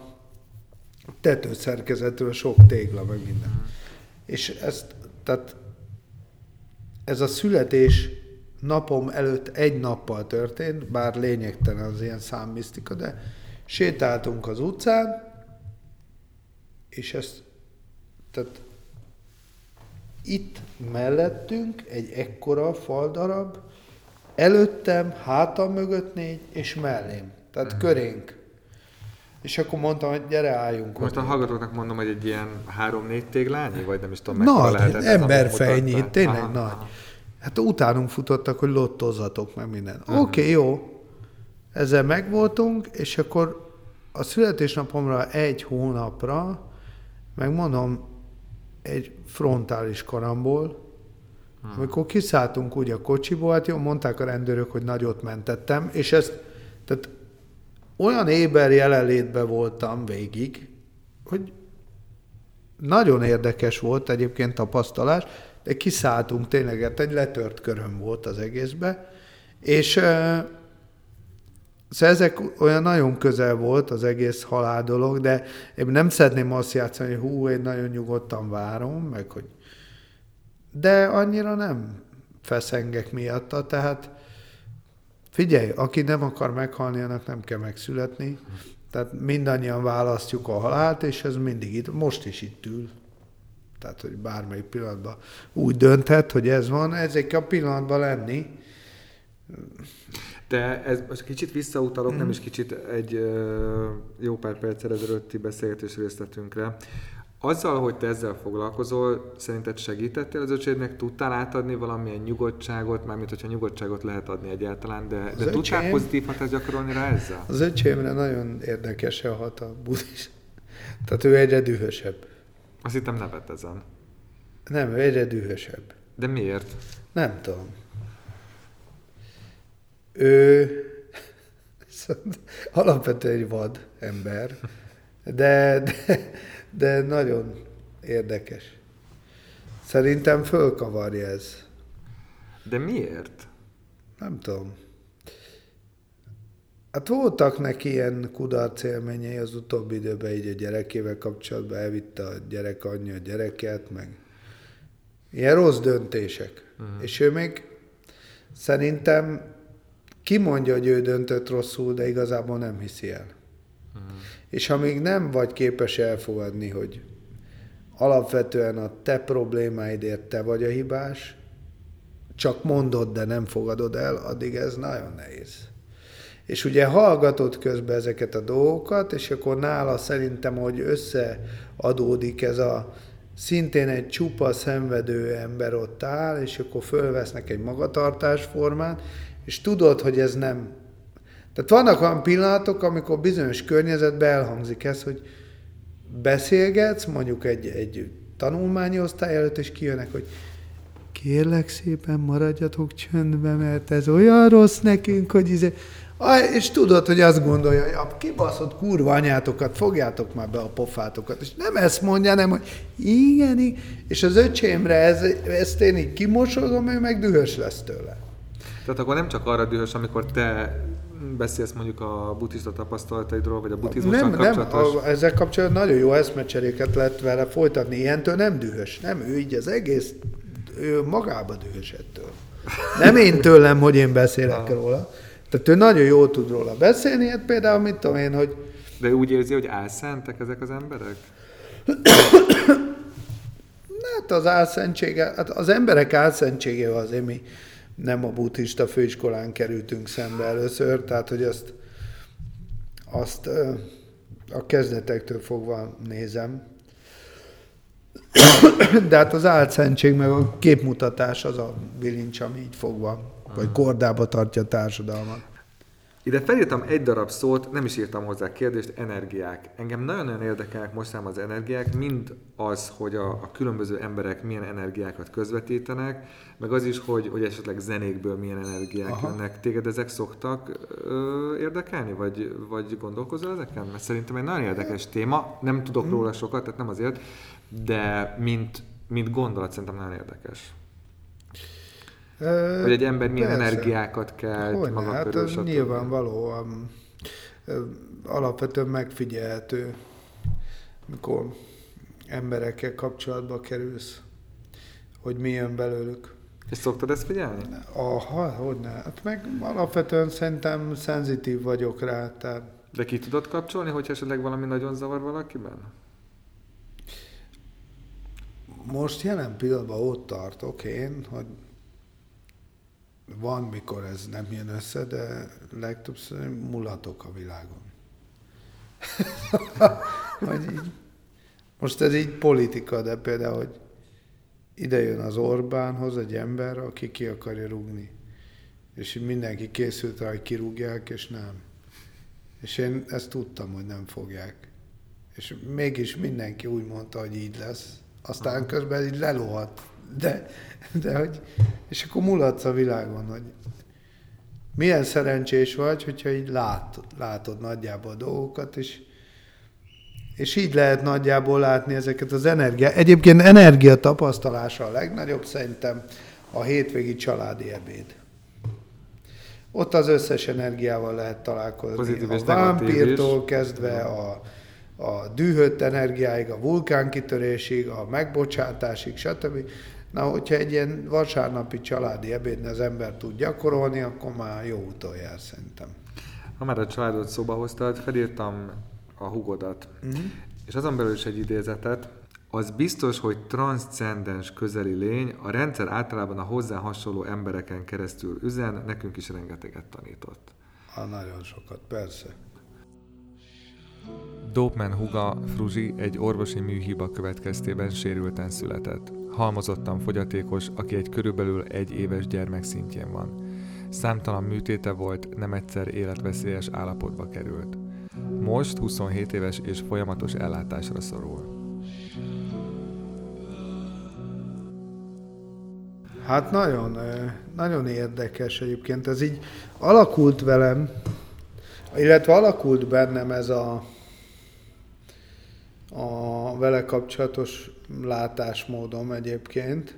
tetőszerkezetről sok tégla, meg minden. És ezt, tehát ez a születés napom előtt egy nappal történt, bár lényegtelen az ilyen számmisztika, de sétáltunk az utcán, és ezt, tehát itt mellettünk egy ekkora faldarab, előttem, hátam mögött négy, és mellém. Tehát uh-huh. körénk. És akkor mondtam, hogy gyere, álljunk. Most a hallgatóknak mondom, hogy egy ilyen három-négy téglányi, vagy nem is tudom, nagy, emberfejnyi, tényleg aha, nagy. Aha. Hát utánunk futottak, hogy lottozzatok meg minden. Uh-huh. Oké, okay, jó. Ezzel megvoltunk, és akkor a születésnapomra egy hónapra, megmondom, egy frontális karambol, hmm. amikor kiszálltunk úgy a kocsiból, hát jó, mondták a rendőrök, hogy nagyot mentettem, és ezt, tehát olyan éber jelenlétben voltam végig, hogy nagyon érdekes volt egyébként tapasztalás, de kiszálltunk tényleg, hát egy letört köröm volt az egészbe, és uh, szóval ezek olyan nagyon közel volt az egész halál dolog, de én nem szeretném azt játszani, hogy hú, én nagyon nyugodtan várom, meg hogy... De annyira nem feszengek miatta, tehát figyelj, aki nem akar meghalni, annak nem kell megszületni. Tehát mindannyian választjuk a halált, és ez mindig itt, most is itt ül. Tehát, hogy bármelyik pillanatban úgy dönthet, hogy ez van, ezek a pillanatban lenni. De ez most kicsit visszautalok, mm. nem is kicsit egy uh, jó pár perccel ezelőtti beszélgetés részletünkre. Azzal, hogy te ezzel foglalkozol, szerinted segítettél az öcsédnek? Tudtál átadni valamilyen nyugodtságot, mármint hogyha nyugodtságot lehet adni egyáltalán, de, de tudtál pozitív hatást gyakorolni rá ezzel? Az öcsémre nagyon érdekesen hat a buddhizmus. Tehát ő egyre dühösebb. Azt hittem nevet ezen. Nem, ő egyre dühösebb. De miért? Nem tudom. Ő alapvetően egy vad ember, de, de, de nagyon érdekes. Szerintem fölkavarja ez. De miért? Nem tudom. Hát voltak neki ilyen kudarc élményei az utóbbi időben, így a gyerekével kapcsolatban, elvitte a gyerek anyja a gyereket, meg ilyen rossz döntések. Uh-huh. És ő még szerintem kimondja, hogy ő döntött rosszul, de igazából nem hiszi el. Uh-huh. És amíg nem vagy képes elfogadni, hogy alapvetően a te problémáidért te vagy a hibás, csak mondod, de nem fogadod el, addig ez nagyon nehéz. És ugye hallgatod közben ezeket a dolgokat, és akkor nála szerintem, hogy összeadódik ez a szintén egy csupa szenvedő ember ott áll, és akkor fölvesznek egy magatartásformát, és tudod, hogy ez nem... Tehát vannak olyan pillanatok, amikor bizonyos környezetben elhangzik ez, hogy beszélgetsz, mondjuk egy, egy tanulmányi osztály előtt, és kijönnek, hogy kérlek szépen maradjatok csöndbe, mert ez olyan rossz nekünk, hogy izé... És tudod, hogy azt gondolja, hogy a kibaszott kurva anyátokat, fogjátok már be a pofátokat. És nem ezt mondja, hanem, hogy igen, igen. És az öcsémre ez, ezt én így kimosolom, ő meg dühös lesz tőle. Tehát akkor nem csak arra dühös, amikor te beszélsz mondjuk a buddhista tapasztalataidról, vagy a buddhizmussal nem, kapcsolatos... Nem, a, ezzel kapcsolatban nagyon jó eszmecseréket lehet vele folytatni. Ilyentől nem dühös. Nem, ő így az egész, ő magába dühös ettől. Nem én tőlem, hogy én beszélek róla. Tehát ő nagyon jól tud róla beszélni, hát például mit tudom én, hogy... De úgy érzi, hogy álszentek ezek az emberek? Hát az álszentsége, hát az emberek álszentsége azért mi nem a buddhista főiskolán kerültünk szembe először, tehát hogy azt, azt a kezdetektől fogva nézem. De hát az álszentség meg a képmutatás az a bilincs, ami így fogva, vagy kordába tartja a társadalmat. Ide felírtam egy darab szót, nem is írtam hozzá kérdést, energiák. Engem nagyon-nagyon érdekelnek most az energiák, mind az, hogy a, a különböző emberek milyen energiákat közvetítenek, meg az is, hogy, hogy esetleg zenékből milyen energiák Aha. jönnek. Téged ezek szoktak ö, érdekelni, vagy, vagy gondolkozol ezeken? Mert szerintem egy nagyon érdekes téma, nem tudok hmm. róla sokat, tehát nem azért, de mint, mint gondolat szerintem nagyon érdekes. Hogy egy ember milyen Persze. energiákat kelt maga hát körül. Hát nyilvánvalóan alapvetően megfigyelhető, mikor emberekkel kapcsolatba kerülsz, hogy mi jön belőlük. És szoktad ezt figyelni? Aha, hogyne. Hát meg alapvetően szerintem szenzitív vagyok rá. Tehát... De ki tudod kapcsolni, hogyha esetleg valami nagyon zavar valakiben? Most jelen pillanatban ott tartok én, hogy van, mikor ez nem jön össze, de legtöbbször mulatok a világon. Hogy így, most ez így politika, de például, hogy ide jön az Orbánhoz egy ember, aki ki akarja rúgni. És mindenki készült rá, hogy kirúgják, és nem. És én ezt tudtam, hogy nem fogják. És mégis mindenki úgy mondta, hogy így lesz. Aztán közben így lelohadt. De, de hogy, és akkor mulatsz a világon, hogy milyen szerencsés vagy, hogyha így látod, látod nagyjából a dolgokat, és, és így lehet nagyjából látni ezeket az energiát. Egyébként energia tapasztalása a legnagyobb szerintem a hétvégi családi ebéd. Ott az összes energiával lehet találkozni. Pozitív a vámpírtól kezdve a, a dühött energiáig, a vulkánkitörésig, a megbocsátásig, stb. Na, hogyha egy ilyen vasárnapi családi ebédne az ember tud gyakorolni, akkor már jó úton jár szerintem. Ha már a családot szóba hoztad, felírtam a hugodat, uh-huh. és azon belül is egy idézetet. Az biztos, hogy transzcendens közeli lény, a rendszer általában a hozzá hasonló embereken keresztül üzen, nekünk is rengeteget tanított. Ha, nagyon sokat, persze. Dopeman húga, Fruzsi, egy orvosi műhiba következtében sérülten született. Halmozottan fogyatékos, aki egy körülbelül egy éves gyermek szintjén van. Számtalan műtéte volt, nem egyszer életveszélyes állapotba került. Most huszonhét éves és folyamatos ellátásra szorul. Hát nagyon, nagyon érdekes egyébként. Ez így alakult velem, illetve alakult bennem ez a, a vele kapcsolatos látásmódom egyébként.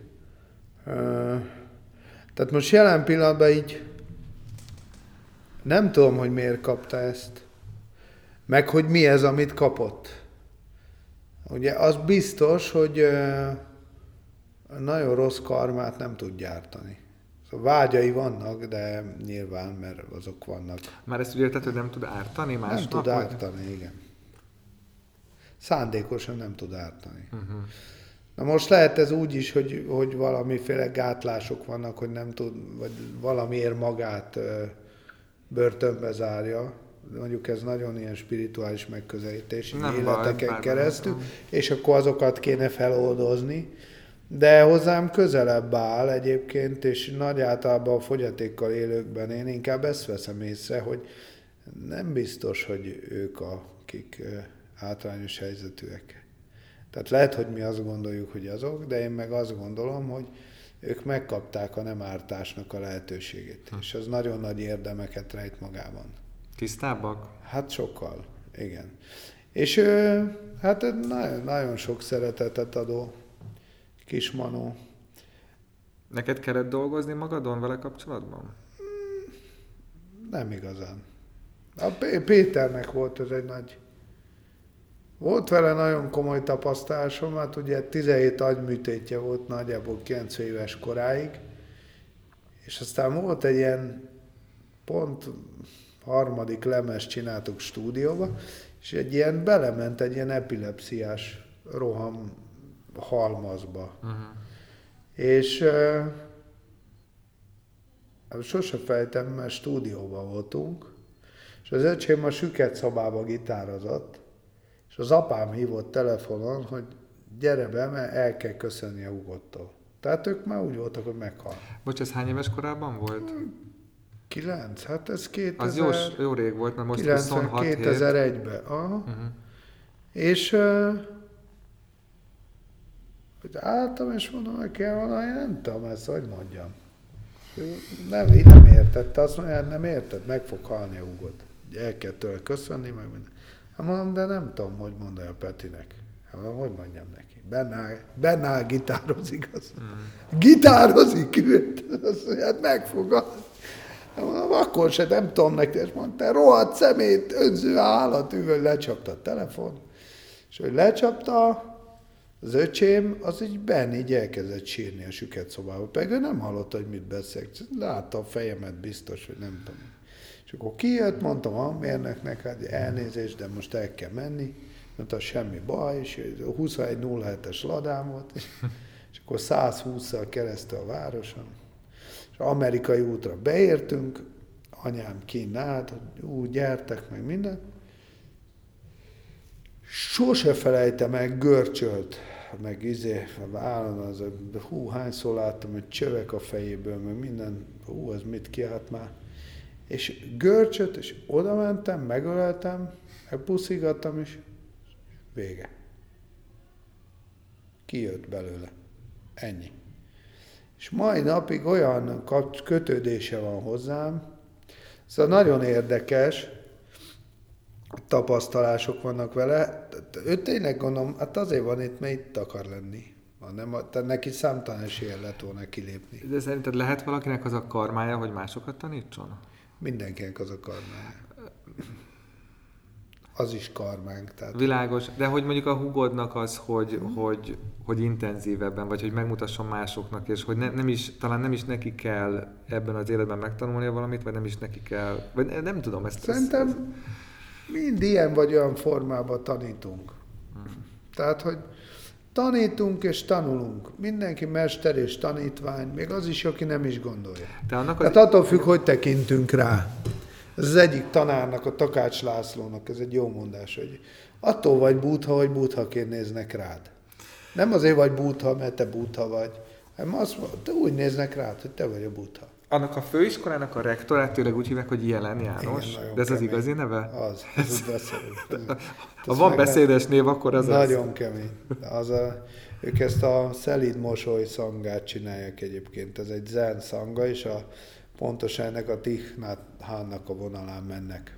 Tehát most jelen pillanatban így nem tudom, hogy miért kapta ezt, meg hogy mi ez, amit kapott. Ugye az biztos, hogy nagyon rossz karmát nem tud gyártani. Szóval vágyai vannak, de nyilván, mert azok vannak. Már ezt úgy érted, hogy nem tud ártani másnak? Nem tud ártani, igen. Szándékosan nem tud ártani. Uh-huh. Na most lehet ez úgy is, hogy, hogy valamiféle gátlások vannak, hogy nem tud, vagy valamiért magát ö, börtönbe zárja. Mondjuk ez nagyon ilyen spirituális megközelítés, életeken baj, keresztül, bár, és akkor azokat kéne feloldozni. De hozzám közelebb áll egyébként, és nagy általában a fogyatékkal élőkben én inkább ezt veszem észre, hogy nem biztos, hogy ők, akik hátrányos helyzetűek. Tehát lehet, hogy mi azt gondoljuk, hogy azok, de én meg azt gondolom, hogy ők megkapták a nem ártásnak a lehetőségét, hm. és az nagyon nagy érdemeket rejt magában. Tisztábbak? Hát sokkal, igen. És ő, hát nagyon, nagyon sok szeretetet adó kismanó. Neked kellett dolgozni magadon vele kapcsolatban? Nem igazán. A Péternek volt ez egy nagy... Volt vele nagyon komoly tapasztalásom, hát ugye tizenhét agyműtétje volt nagyjából kilencven éves koráig, és aztán volt egy ilyen pont harmadik lemez csináltuk stúdióba, és egy ilyen belement egy ilyen epilepsziás roham halmazba. Uh-huh. És uh, sose fejtem, mert stúdióban voltunk, és az öcsém a süket szobába gitározott, és az apám hívott telefonon, hogy gyere be, mert el kell köszönni a Hugottól. Tehát ők már úgy voltak, hogy meghal. Bocs, ez hány éves korában volt? Kilenc, hát ez kétezer... Az jó, jó rég volt, mert most huszonhat kétezer-egyben. Aha. Uh-huh. És... Uh, hogy álltam, és mondom, hogy kell valami, nem tudom ezt, hogy mondjam. Nem, így nem értette, azt mondja, nem érted, meg fog halni a Hugot. El kell tőle köszönni, meg minden. Hát mondom, de nem tudom, hogy mondani a Petinek. Hát mondom, hogy mondjam neki. Benne áll, benne áll gitározik, az. Mm. Gitározik, azt mondja, hát meg fog halni. Hát mondom, akkor se, nem tudom neki, és mondta, rohadt szemét, önző állat, ő lecsapta a telefon, és hogy lecsapta, az öcsém, az így benn így elkezdett sírni a süket szobába, pedig ő nem hallotta, hogy mit beszél. Látta a fejemet biztos, hogy nem tudom. És akkor kijött, mondtam a mérnöknek, hát elnézést, de most el kell menni. Mondta, semmi baj, és huszonegy nulla hetes ladám volt, és, és akkor százhússzal keresztül a városon. És amerikai útra beértünk, anyám kint állt, úgy gyertek meg minden. Sose felejtem el, görcsölt meg izé, állandóan az, hú, hányszor láttam, hogy csövek a fejéből, meg minden, hú, az mit kiállt már. És görcsöt, és oda mentem, megöleltem, megpuszigattam, és vége. Kijött belőle. Ennyi. És mai napig olyan kötődése van hozzám, szóval nagyon érdekes tapasztalások vannak vele. Ő tényleg gondolom, hát azért van itt, mert itt akar lenni. Nem, tehát neki számtalan esélye lett volna kilépni. De szerinted lehet valakinek az a karmája, hogy másokat tanítson? Mindenkinek az a karmája. Az is karmánk. Tehát... Világos, de hogy mondjuk a húgodnak az, hogy, hmm. hogy, hogy intenzívebben, vagy hogy megmutasson másoknak, és hogy ne, nem is, talán nem is neki kell ebben az életben megtanulnia valamit, vagy nem is neki kell, vagy nem tudom ezt. Szerintem ezt, mind ilyen vagy olyan formában tanítunk. Hmm. Tehát, hogy tanítunk és tanulunk. Mindenki mester és tanítvány, még az is, aki nem is gondolja. Te annak az... Tehát attól függ, hogy tekintünk rá. Ez az egyik tanárnak, a Takács Lászlónak, ez egy jó mondás, hogy attól vagy bútha, hogy búthaként néznek rád. Nem azért vagy bútha, mert te bútha vagy, hanem azt mondod, úgy néznek rád, hogy te vagy a bútha. Annak a főiskolának a rektorát tényleg úgy hívják, hogy Jelen János. Igen, de ez kemény. Az igazi neve? Az, az úgy beszélünk. Ha van beszédes név, akkor az Nagyon az. kemény. Az a, ők ezt a szelíd mosoly szangát csinálják egyébként. Ez egy zen szanga, és a pontosan ennek a Thich Nhat Hanhnak a vonalán mennek.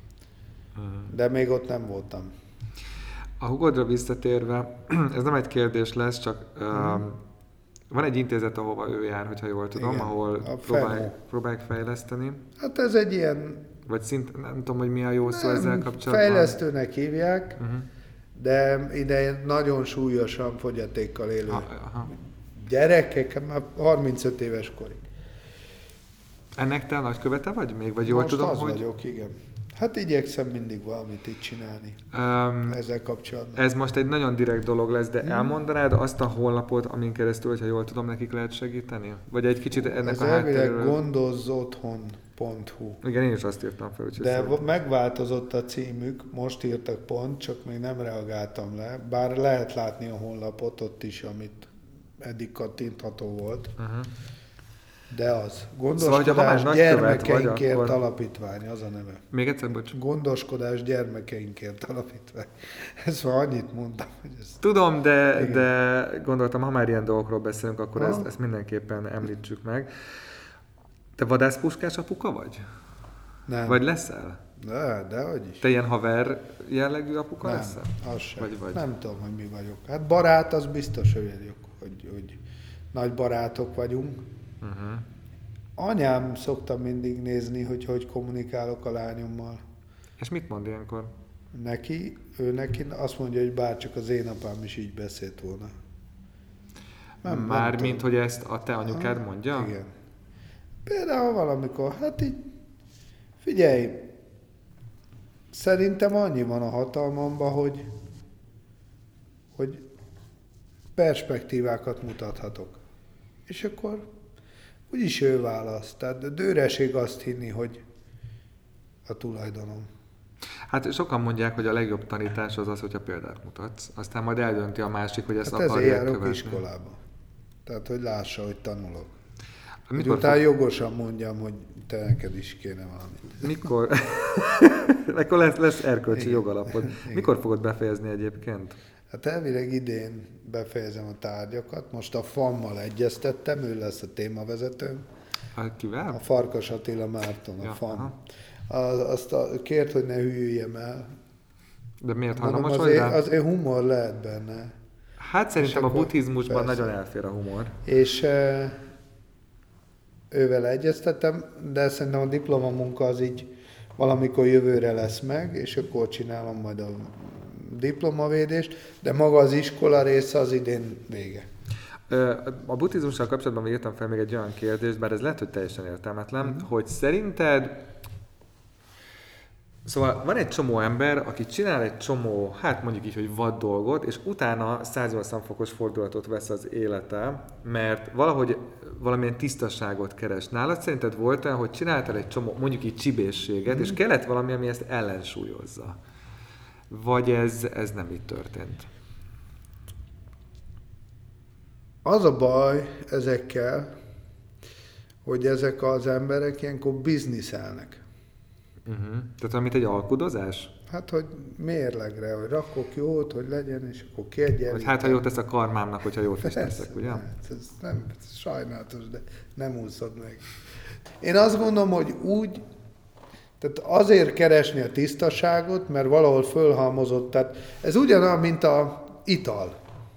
De még ott nem voltam. A hugodra visszatérve, ez nem egy kérdés lesz, csak hmm. um, van egy intézet, ahova ő jár, hogyha jól tudom, igen, ahol próbálják, próbálják fejleszteni. Hát ez egy ilyen... Vagy szint, nem tudom, hogy mi a jó szó ezzel kapcsolatban. Fejlesztőnek hívják, uh-huh. de ide nagyon súlyosan fogyatékkal élő ha, aha. gyerekek, már harmincöt éves korig. Ennek te a nagykövete vagy még? Vagy jól most tudom, az hogy... vagyok, igen. Hát igyekszem mindig valamit itt csinálni um, ezzel kapcsolatban. Ez most egy nagyon direkt dolog lesz, de hmm. elmondanád azt a honlapot, amin keresztül, hogyha jól tudom, nekik lehet segíteni? Vagy egy kicsit ennek ez a háttéről... Ez gondozzotthon pont hu. Igen, én is azt írtam fel. De szerintem. Megváltozott a címük, most írtak pont, csak még nem reagáltam le. Bár lehet látni a honlapot ott is, amit eddig kattintható volt. Uh-huh. De az. Gondoskodás szóval, gyermekeinkért vagy, akkor... alapítvány, az a neve. Még egyszer, bocs. Gondoskodás gyermekeinkért alapítvány. Ezt már annyit mondtam, hogy ez... Tudom, de, de gondoltam, ha már ilyen dolgokról beszélünk, akkor ezt, ezt mindenképpen említsük meg. Te vadászpuskás apuka vagy? Nem. Vagy leszel? De, de hogy is. Te ilyen haver jellegű apuka nem, leszel? Az sem. Vagy, vagy? Nem tudom, hogy mi vagyok. Hát barát, az biztos, hogy vagyok, hogy, hogy nagy barátok vagyunk. Uh-huh. Anyám szoktam mindig nézni, hogy hogy kommunikálok a lányommal. És mit mond ilyenkor? Neki, ő neki azt mondja, hogy bárcsak az én apám is így beszélt volna. Nem, Már nem mint, hogy ezt a te anyukád ha, mondja? Igen. Például valamikor, hát így, figyelj, szerintem annyi van a hatalmamban, hogy, hogy perspektívákat mutathatok. És akkor úgyis ő választ. Tehát dőreség azt hinni, hogy a tulajdonom. Hát sokan mondják, hogy a legjobb tanítás az az, hogyha példát mutatsz. Aztán majd eldönti a másik, hogy ezt hát akarják követni. Ezért járok iskolába. Tehát, hogy lássa, hogy tanulok. Hogy utána fog... jogosan mondjam, hogy te neked is kéne valamit. Mikor? Akkor lesz, lesz erkölcsi igen. jogalapod. Mikor fogod befejezni egyébként? Hát elvileg idén befejezem a tárgyakat. Most a fammal egyeztettem, ő lesz a témavezetőm. A kivel? A Farkas Attila Márton, a ja, fam. Az, azt a, kért, hogy ne hűljem el. De miért hajlamos vagy rá? Azért humor lehet benne. Hát szerintem a buddhizmusban persze. nagyon elfér a humor. És e, ővel egyeztettem, de szerintem a diplomamunka az így valamikor jövőre lesz meg, és akkor csinálom majd a diplomavédést, de maga az iskola része az idén vége. A buddhizmussal kapcsolatban még írtam fel még egy olyan kérdést, bár ez lehet, hogy teljesen értelmetlen, mm. hogy szerinted, szóval van egy csomó ember, aki csinál egy csomó, hát mondjuk így, hogy vad dolgot, és utána száznyolcvan fokos fordulatot vesz az élete, mert valahogy valamilyen tisztaságot keres. Nálad szerinted volt olyan, hogy csináltál egy csomó, mondjuk így csibészséget, mm. és kellett valami, ami ezt ellensúlyozza? Vagy ez, ez nem így történt? Az a baj ezekkel, hogy ezek az emberek ilyenkor bizniszelnek. Uh-huh. Tehát amit egy alkudozás? Hát, hogy mérlegre, hogy rakok jót, hogy legyen, és akkor kiegyenlítem. Hogy hát, ha jót tesz a karmámnak, hogyha jót is Persze, teszek, ugye? Hát, ez nem, ez sajnálatos, de nem úszod meg. Én azt gondolom, hogy úgy, tehát azért keresni a tisztaságot, mert valahol fölhalmozott, tehát ez ugyanaz, mint a ital.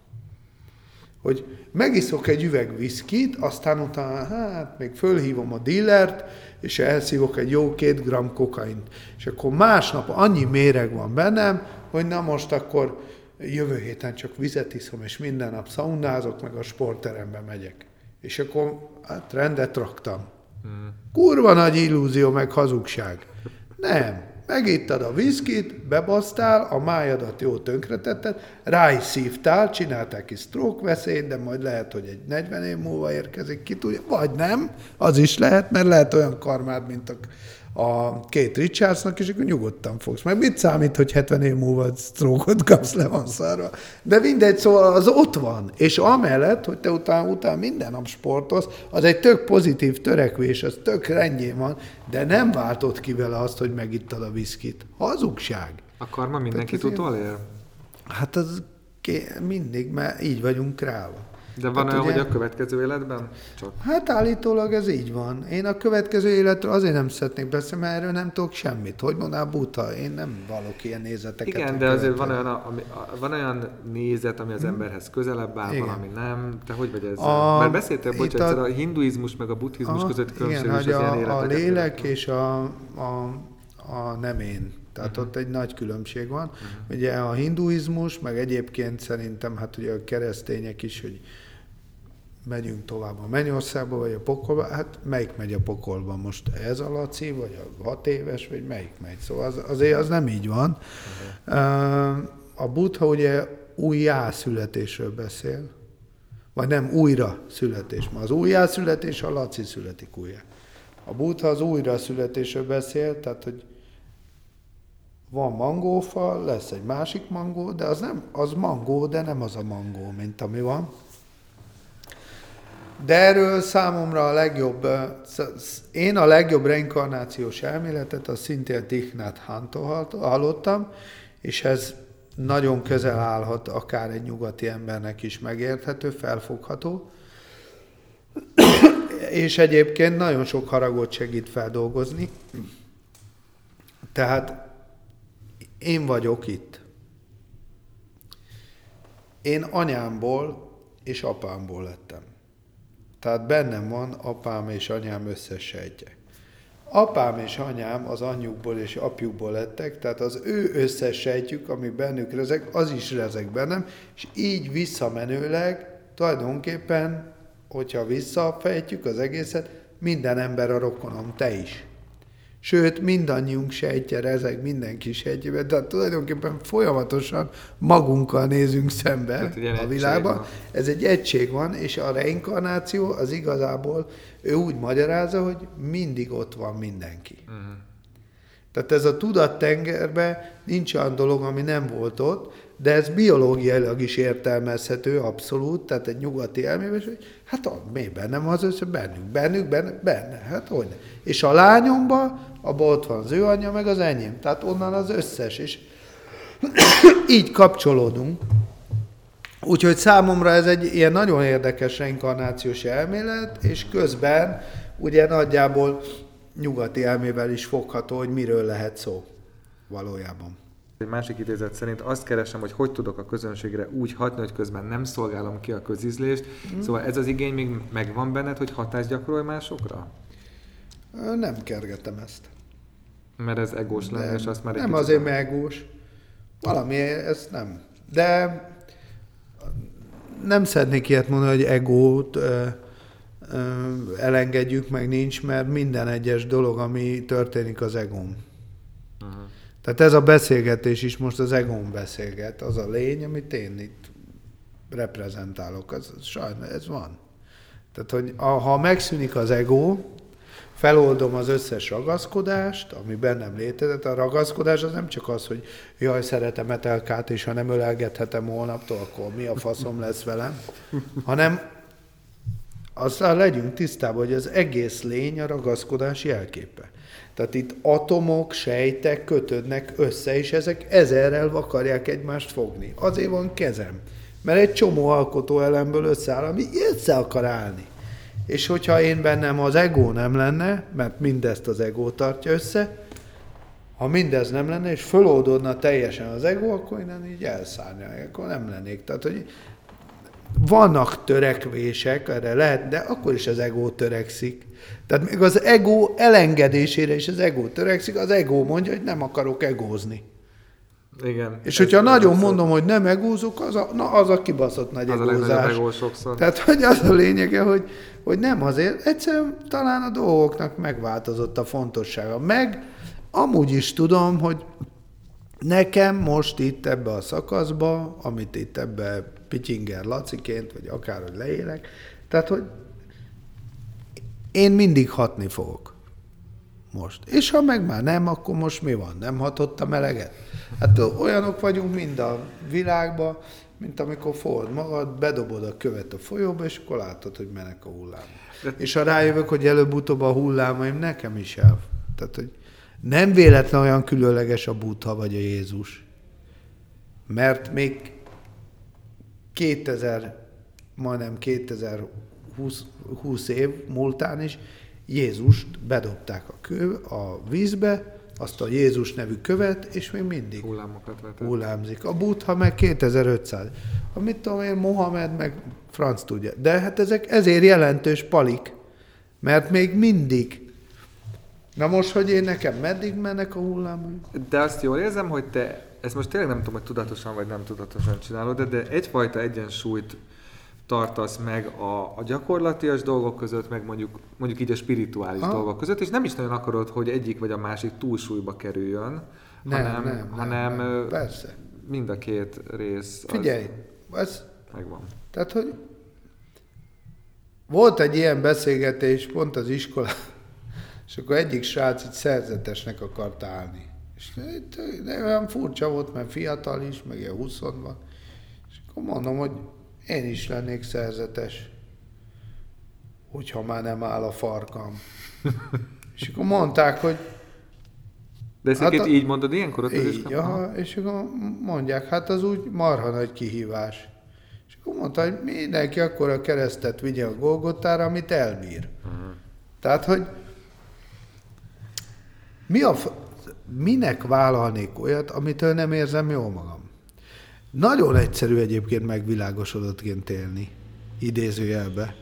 Hogy megiszok egy üveg viszkit, aztán utána, hát még fölhívom a dílert, és elszívok egy jó két gram kokaint. És akkor másnap annyi méreg van bennem, hogy na most akkor jövő héten csak vizet iszom, és minden nap szaunázok, meg a sportterembe megyek. És akkor hát rendet raktam. Hmm. Kurva nagy illúzió, meg hazugság. Nem. Megittad a viszkit, bebasztál, a májadat jó tönkretetted, rá is szívtál, csinálták is stroke veszélyt, de majd lehet, hogy egy negyven év múlva érkezik, ki tudja, vagy nem, az is lehet, mert lehet olyan karmád, mint a, a két Richardsnak, és akkor nyugodtan fogsz. Meg mit számít, hogy hetven év múlva stroke-ot kapsz, le van szarva. De mindegy, szóval az ott van, és amellett, hogy te utána, utána minden nap sportolsz, az egy tök pozitív törekvés, az tök rendjén van, de nem váltott ki vele azt, hogy megittad a viszkit. Hazugság. A karma mindenkit utolér? Hát az ké- mindig, mert így vagyunk ráva. De van olyan, ugye, hogy a következő életben csak? Hát állítólag ez így van. Én a következő életről azért nem szeretnék beszélni, mert erről nem tudok semmit. Hogy mondál, Buddha? Én nem vallok ilyen nézeteket. Igen, de azért van olyan, ami, van olyan nézet, ami az hmm. emberhez közelebb áll, igen. van, ami nem. Te hogy vagy ezzel? A, mert beszéltél, bocsánat, a, a hinduizmus meg a buddhizmus a, között különbség igen, is az a, ilyen életeket. A lélek és a, a, a nem én. Tehát uh-huh. ott egy nagy különbség van. Uh-huh. Ugye a hinduizmus, meg egyébként szerintem, hát ugye a keresztények is, hogy megyünk tovább a mennyországba, vagy a pokolba, hát melyik megy a pokolba most? Ez a Laci, vagy a hat éves, vagy melyik megy? Szóval az, azért az nem így van. Uh-huh. A Buddha ugye újjászületésről beszél, vagy nem újra születés. Ma az újjászületés, a Laci születik újjá. A Buddha az újra születésről beszél, tehát, hogy van mangófa, lesz egy másik mangó, de az nem, az mangó, de nem az a mangó, mint ami van. De erről számomra a legjobb, én a legjobb reinkarnációs elméletet, az szintén Thich Nhat Hanh-tól hallottam, és ez nagyon közel állhat akár egy nyugati embernek is megérthető, felfogható, és egyébként nagyon sok haragot segít feldolgozni. Tehát én vagyok itt. Én anyámból és apámból lettem. Tehát bennem van apám és anyám összes sejtje. Apám és anyám az anyjukból és apjukból lettek, tehát az ő összes sejtjük, ami bennük rezeg, az is rezeg bennem, és így visszamenőleg tulajdonképpen, hogyha visszafejtjük az egészet, minden ember a rokonom, te is. Sőt, mindannyiunk sejtje rezeg mindenki sejtjében, tehát tulajdonképpen folyamatosan magunkkal nézünk szembe a világban. Ez egy egység van, és a reinkarnáció az igazából, ő úgy magyarázza, hogy mindig ott van mindenki. Uh-huh. Tehát ez a tudattengerben nincs olyan dolog, ami nem volt ott, de ez biológiailag is értelmezhető, abszolút, tehát egy nyugati elmével, hogy hát mi bennem az össze, bennünk, bennük, benne, benne, hát hogy ne. És a lányomban, abban ott van az ő anyja, meg az enyém, tehát onnan az összes, és így kapcsolódunk. Úgyhogy számomra ez egy ilyen nagyon érdekes reinkarnációs elmélet, és közben ugye nagyjából nyugati elmével is fogható, hogy miről lehet szó valójában. Egy másik idézet szerint azt keresem, hogy hogy tudok a közönségre úgy hatni, hogy közben nem szolgálom ki a közízlést. Mm. Szóval ez az igény még megvan benned, hogy hatást gyakorolj másokra? Nem kergetem ezt. Mert ez egós lenne, és azt már egy nem azért, mert egós. Valami, ez nem. De nem szeretnék ilyet mondani, hogy egót ö, ö, elengedjük, meg nincs, mert minden egyes dolog, ami történik, az egóm. Uh-huh. Tehát ez a beszélgetés is most az egón beszélget, az a lény, amit én itt reprezentálok, az, az sajnos ez van. Tehát, hogy a, ha megszűnik az egó, feloldom az összes ragaszkodást, ami bennem létezett. A ragaszkodás az nem csak az, hogy jaj, szeretem Etelkát, és ha nem ölelgethetem holnaptól, akkor mi a faszom lesz velem, hanem Azzal legyünk tisztában, hogy az egész lény a ragaszkodás jelképe. Tehát itt atomok, sejtek kötődnek össze, és ezek ezerrel akarják egymást fogni. Azért van kezem, mert egy csomó alkotóelemből összeáll, ami össze akar állni. És hogyha én bennem az ego nem lenne, mert mindezt az ego tartja össze, ha mindez nem lenne, és föloldódna teljesen az ego, akkor innen így elszárnyalják, akkor nem lennék. Tehát, hogy vannak törekvések, erre lehet, de akkor is az ego törekszik. Tehát még az ego elengedésére is az ego törekszik, az ego mondja, hogy nem akarok egózni. Igen. És hogyha nagyon mondom, hogy nem egózok, az a, na, az a kibaszott nagy az egózás. egó sokszor. Tehát, hogy az a lényege, hogy, hogy nem azért, egyszerűen talán a dolgoknak megváltozott a fontossága. Meg amúgy is tudom, hogy nekem most itt ebbe a szakaszba, amit itt ebbe Pityinger Laciként, vagy akárhogy leélek, tehát, hogy én mindig hatni fogok. Most. És ha meg már nem, akkor most mi van? Nem hatott a meleget? Hát olyanok vagyunk mind a világban, mint amikor fogod magad, bedobod a követ a folyóba, és akkor látod, hogy menek a hullám. De... És ha rájövök, hogy előbb-utóbb a hullámaim nekem is el. Tehát, hogy nem véletlen olyan különleges a Buddha vagy a Jézus. Mert még kétezer, majdnem kétezer-húsz év múltán is Jézust bedobták a, kő, a vízbe, azt a Jézus nevű követ, és még mindig hullámokat vetett. Hullámzik. A Buddha meg kétezer-ötszáz. Amit tudom én, Mohamed meg franc tudja. De hát ezek ezért jelentős palik, mert még mindig. Na most, hogy én nekem meddig mennek a hullámok? De azt jól érzem, hogy te, ezt most tényleg nem tudom, hogy tudatosan vagy nem tudatosan csinálod, de, de egyfajta egyensúlyt tartasz meg a, a gyakorlatias dolgok között, meg mondjuk, mondjuk így a spirituális ha? dolgok között, és nem is nagyon akarod, hogy egyik vagy a másik túlsúlyba kerüljön, nem, hanem, nem, hanem nem, nem. Persze. Mind a két rész. Figyelj, ez megvan. Tehát, hogy volt egy ilyen beszélgetés pont az iskolában, és akkor egyik srác így szerzetesnek akart állni. És de olyan furcsa volt, mert fiatal is, meg ilyen húszon van. És akkor mondom, hogy én is lennék szerzetes, hogyha már nem áll a farkam. És akkor mondták, hogy... De ezt hát a... így mondod ilyenkor? Így, aha, és akkor mondják, hát az úgy marha nagy kihívás. És akkor mondta, hogy mindenki akkor a keresztet vigye a Golgotára, amit elbír. Uh-huh. Tehát, hogy mi a, minek vállalnék olyat, amitől nem érzem jól magam? Nagyon egyszerű egyébként megvilágosodottként élni, idézőjelbe.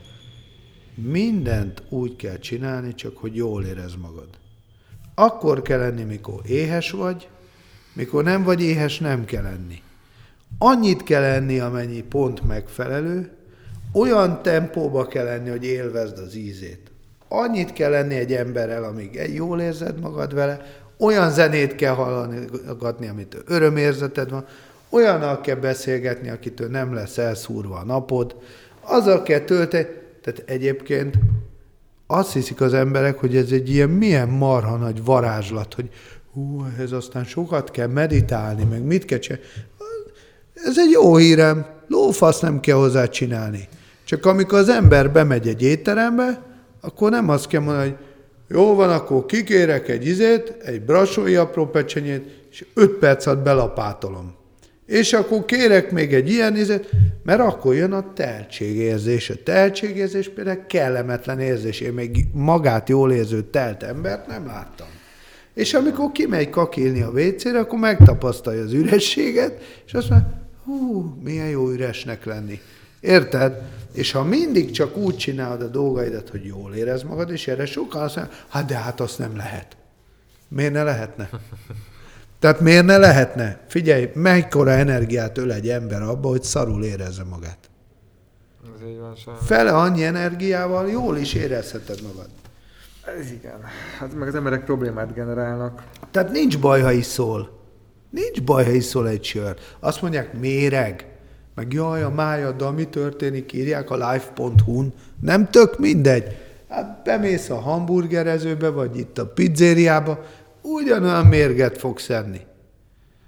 Mindent úgy kell csinálni, csak hogy jól érezd magad. Akkor kell lenni, mikor éhes vagy, mikor nem vagy éhes, nem kell lenni. Annyit kell lenni, amennyi pont megfelelő, olyan tempóba kell lenni, hogy élvezd az ízét. Annyit kell lenni egy emberrel, amíg jól érzed magad vele, olyan zenét kell hallgatni, amitől örömérzeted van, olyannal kell beszélgetni, akitől nem lesz elszúrva a napod, azzal kell tölteni. Tehát egyébként azt hiszik az emberek, hogy ez egy ilyen milyen marha nagy varázslat, hogy hú, ez aztán sokat kell meditálni, meg mit kell csinálni. Ez egy jó hírem, lófasz nem kell hozzá csinálni. Csak amikor az ember bemegy egy étterembe, akkor nem azt kell mondani, hogy jó van, akkor kikérek egy izét, egy brassói apró pecsenyét, és öt perc alatt belapátolom. És akkor kérek még egy ilyen izét, mert akkor jön a teltségérzés. A teltségérzés például kellemetlen érzés. Én még magát jól érző telt embert nem láttam. És amikor kimegy kakilni a vécére, akkor megtapasztalja az ürességet, és azt mondja, hú, milyen jó üresnek lenni. Érted? És ha mindig csak úgy csinálod a dolgaidat, hogy jól érezd magad, és erre sokan azt mondja, hát de hát azt nem lehet. Miért ne lehetne? Tehát miért ne lehetne? Figyelj, mekkora energiát öl egy ember abba, hogy szarul érezze magát. Ez így van, sem. Fele annyi energiával jól is érezheted magad. Ez igen. Hát meg az emberek problémát generálnak. Tehát nincs baj, ha iszol. Nincs baj, ha iszol egy sört. Azt mondják, méreg. Meg jaj, a májaddal mi történik, írják a live pont hu-n. Nem tök mindegy. Hát bemész a hamburgerezőbe, vagy itt a pizzériába, ugyanolyan mérget fogsz enni.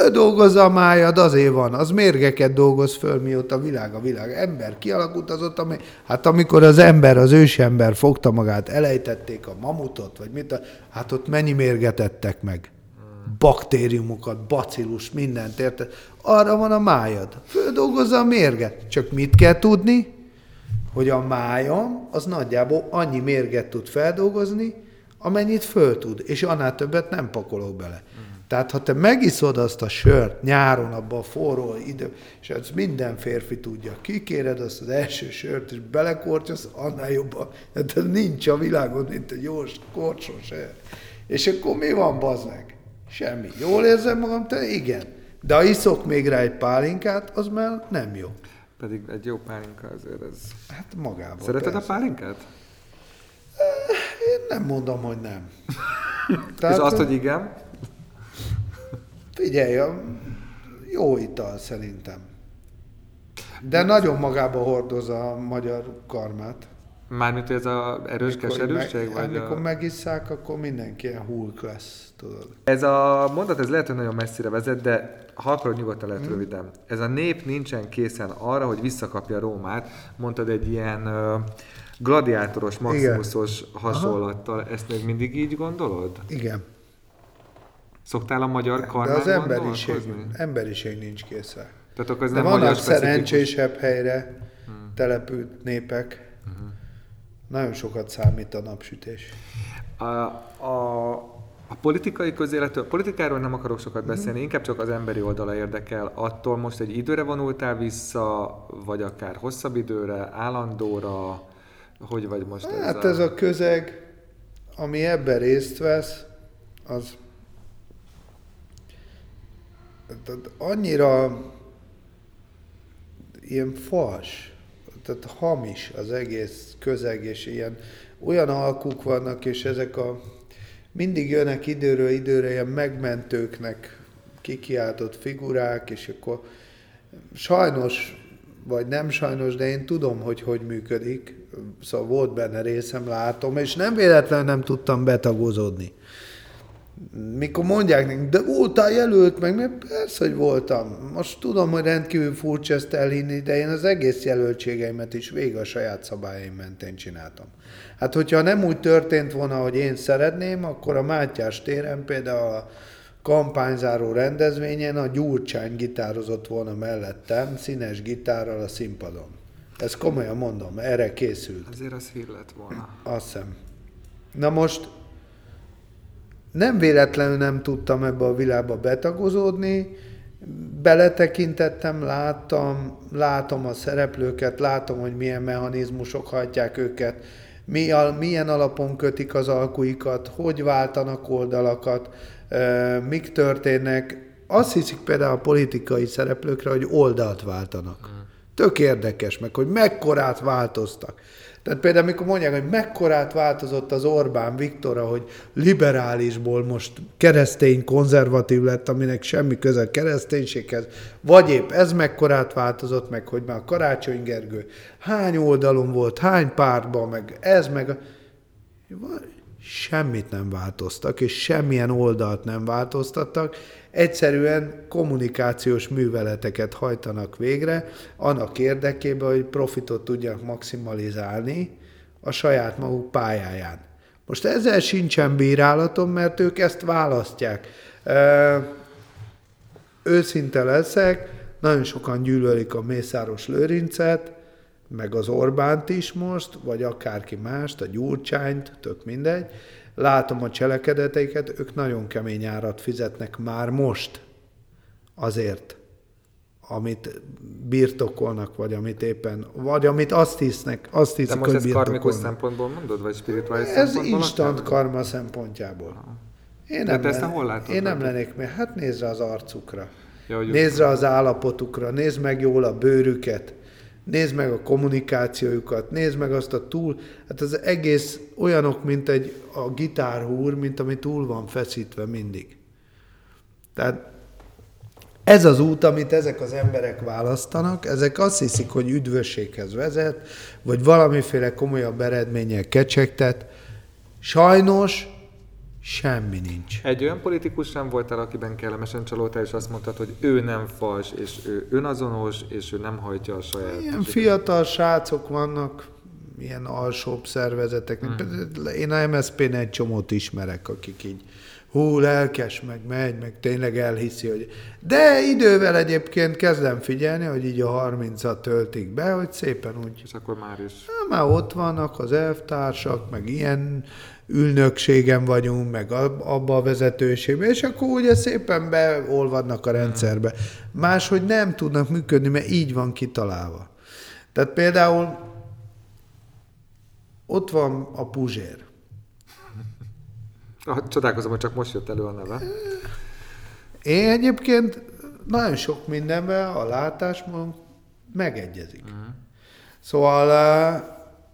Földolgozza a májad, azért van. Az mérgeket dolgoz föl, mióta a világ a világ. Ember kialakult az ott, ami... Hát amikor az ember, az ősember fogta magát, elejtették a mamutot, vagy mit, hát ott mennyi mérget ettek meg? Baktériumokat, bacillus, mindent, érted? Arra van a májad. Földolgozza a mérget. Csak mit kell tudni? Hogy a májam az nagyjából annyi mérget tud feldolgozni, amennyit föl tud, és annál többet nem pakolok bele. Tehát, ha te megiszod azt a sört nyáron, abban a forró idő, és ez minden férfi tudja, kikéred azt az első sört, és belekortyasz, annál jobban. Tehát ez nincs a világon, mint egy jó korcsos se. És akkor mi van, bazd meg? Semmi. Jól érzem magam? Te igen. De ha iszok még rá egy pálinkát, az már nem jó. Pedig egy jó pálinka azért ez... Hát magában. Szereted persze. a pálinkát? Én nem mondom, hogy nem. Tehát, és azt, hogy igen? Figyelj, jó ital szerintem. De nagyon magába hordozza a magyar karmát. Mármint, hogy ez az erőskes erősség? Meg, vagy amikor a... megisszák, akkor mindenki ilyen hulk lesz, tudod. Ez a mondat, ez lehet, hogy nagyon messzire vezet, de ha akarod, nyugodtan lehet hmm. röviden. Ez a nép nincsen készen arra, hogy visszakapja Rómát, mondtad egy ilyen uh, gladiátoros, maximusos hasonlattal. Aha. Ezt még mindig így gondolod? Igen. Szoktál a magyar karmán de az emberiség, emberiség nincs készen. Tehát akkor ez de nem vannak szerencsésebb helyre hmm. települt népek. Hmm. Nagyon sokat számít a napsütés. A, a, a politikai közélet, a politikáról nem akarok sokat beszélni, hmm. inkább csak az emberi oldala érdekel. Attól most egy időre vonultál vissza, vagy akár hosszabb időre, állandóra, hogy vagy most ez Hát a... ez a közeg, ami ebben részt vesz, az tehát annyira ilyen fals, tehát hamis az egész közeg, és ilyen olyan alkuk vannak, és ezek a mindig jönnek időről időre ilyen megmentőknek kikiáltott figurák, és akkor sajnos, vagy nem sajnos, de én tudom, hogy hogy működik, szóval volt benne részem, látom, és nem véletlenül nem tudtam betagozódni. Mikor mondják nekik, de voltál jelölt meg, mert persze, hogy voltam. Most tudom, hogy rendkívül furcsa ezt elhinni, de én az egész jelöltségeimet is végig a saját szabályaim mentén csináltam. Hát, hogyha nem úgy történt volna, hogy én szeretném, akkor a Mátyás téren például a kampányzáró rendezvényen a Gyurcsány gitározott volna mellettem, színes gitárral a színpadon. Ezt komolyan mondom, erre készült. Azért az hír lett volna. Azt hiszem. Na most nem véletlenül nem tudtam ebbe a világba betagozódni, beletekintettem, láttam, látom a szereplőket, látom, hogy milyen mechanizmusok hajtják őket, milyen alapon kötik az alkuikat, hogy váltanak oldalakat, mik történnek. Azt hiszik például a politikai szereplőkre, hogy oldalt váltanak. Tök érdekes meg, hogy mekkorát változtak. Tehát például, amikor mondják, hogy mekkorát változott az Orbán Viktorra, hogy liberálisból most keresztény konzervatív lett, aminek semmi köze a kereszténységhez, vagy épp ez mekkorát változott meg, hogy már Karácsony Gergő hány oldalon volt, hány pártban, meg ez, meg a... Semmit nem változtak, és semmilyen oldalt nem változtattak, egyszerűen kommunikációs műveleteket hajtanak végre, annak érdekében, hogy profitot tudjanak maximalizálni a saját maguk pályáján. Most ezzel sincsen bírálatom, mert ők ezt választják. Őszinte leszek, nagyon sokan gyűlölik a Mészáros Lőrincet, meg az Orbánt is most, vagy akárki mást, a Gyurcsányt, tök mindegy. Látom a cselekedeteiket, ők nagyon kemény árat fizetnek már most azért, amit birtokolnak, vagy amit éppen, vagy amit azt hisznek, azt hiszik, hogy birtokolnak. De most ezt karmikus szempontból mondod, vagy spirituális Ez szempontból? Ez instant karma szempontjából. Én nem, de ezt hol látod? Én nem lennék, mert hát nézd rá az arcukra, ja, nézd rá az állapotukra, nézd meg jól a bőrüket, nézd meg a kommunikációjukat, nézd meg azt a túl, hát az egész olyanok, mint egy a gitárhúr, mint ami túl van feszítve mindig. Tehát ez az út, amit ezek az emberek választanak, ezek azt hiszik, hogy üdvösséghez vezet, vagy valamiféle komolyabb eredménnyel kecsegtet. Sajnos, Semmi nincs. Egy olyan politikus sem voltál, akiben kellemesen csalódtál, és azt mondtad, hogy ő nem fals, és ő önazonos, és ő nem hajtja a saját... Ilyen fiatal srácok vannak, ilyen alsóbb szervezetek. Hmm. Én a em es zé pén egy csomót ismerek, akik így hú, lelkes, meg megy, meg tényleg elhiszi, hogy... De idővel egyébként kezdem figyelni, hogy így a harmincat töltik be, hogy szépen úgy... És akkor már is... Na, már ott vannak az elvtársak, meg ilyen ülnökségen vagyunk, meg abba a vezetőségben, és akkor ugye szépen beolvadnak a rendszerbe. Máshogy nem tudnak működni, mert így van kitalálva. Tehát például ott van a Puzsér. Ah, csodálkozom, hogy csak most jött elő a neve. Én egyébként nagyon sok mindenben a látásmódon megegyezik. Uh-huh. Szóval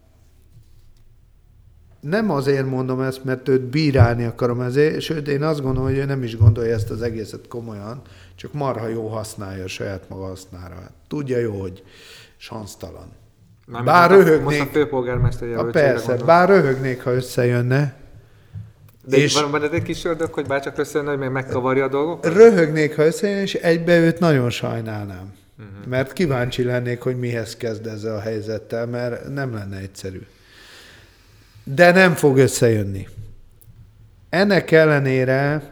nem azért mondom ezt, mert őt bírálni akarom ezért, sőt én azt gondolom, hogy ő nem is gondolja ezt az egészet komolyan, csak marha jó használja a saját maga hasznára. Tudja jó, hogy sansztalan. Már bár röhögnék... Most a főpolgármester jelöltségre persze, gondolom. Bár röhögnék, ha összejönne. De és van benned egy kis ördög, hogy bárcsak összejönne, hogy még megkavarja a dolgokat? Röhögnék, ha összejönne, és egybe őt nagyon sajnálnám. Uh-huh. Mert kíváncsi lennék, hogy mihez kezd ezzel a helyzettel, mert nem lenne egyszerű. De nem fog összejönni. Ennek ellenére,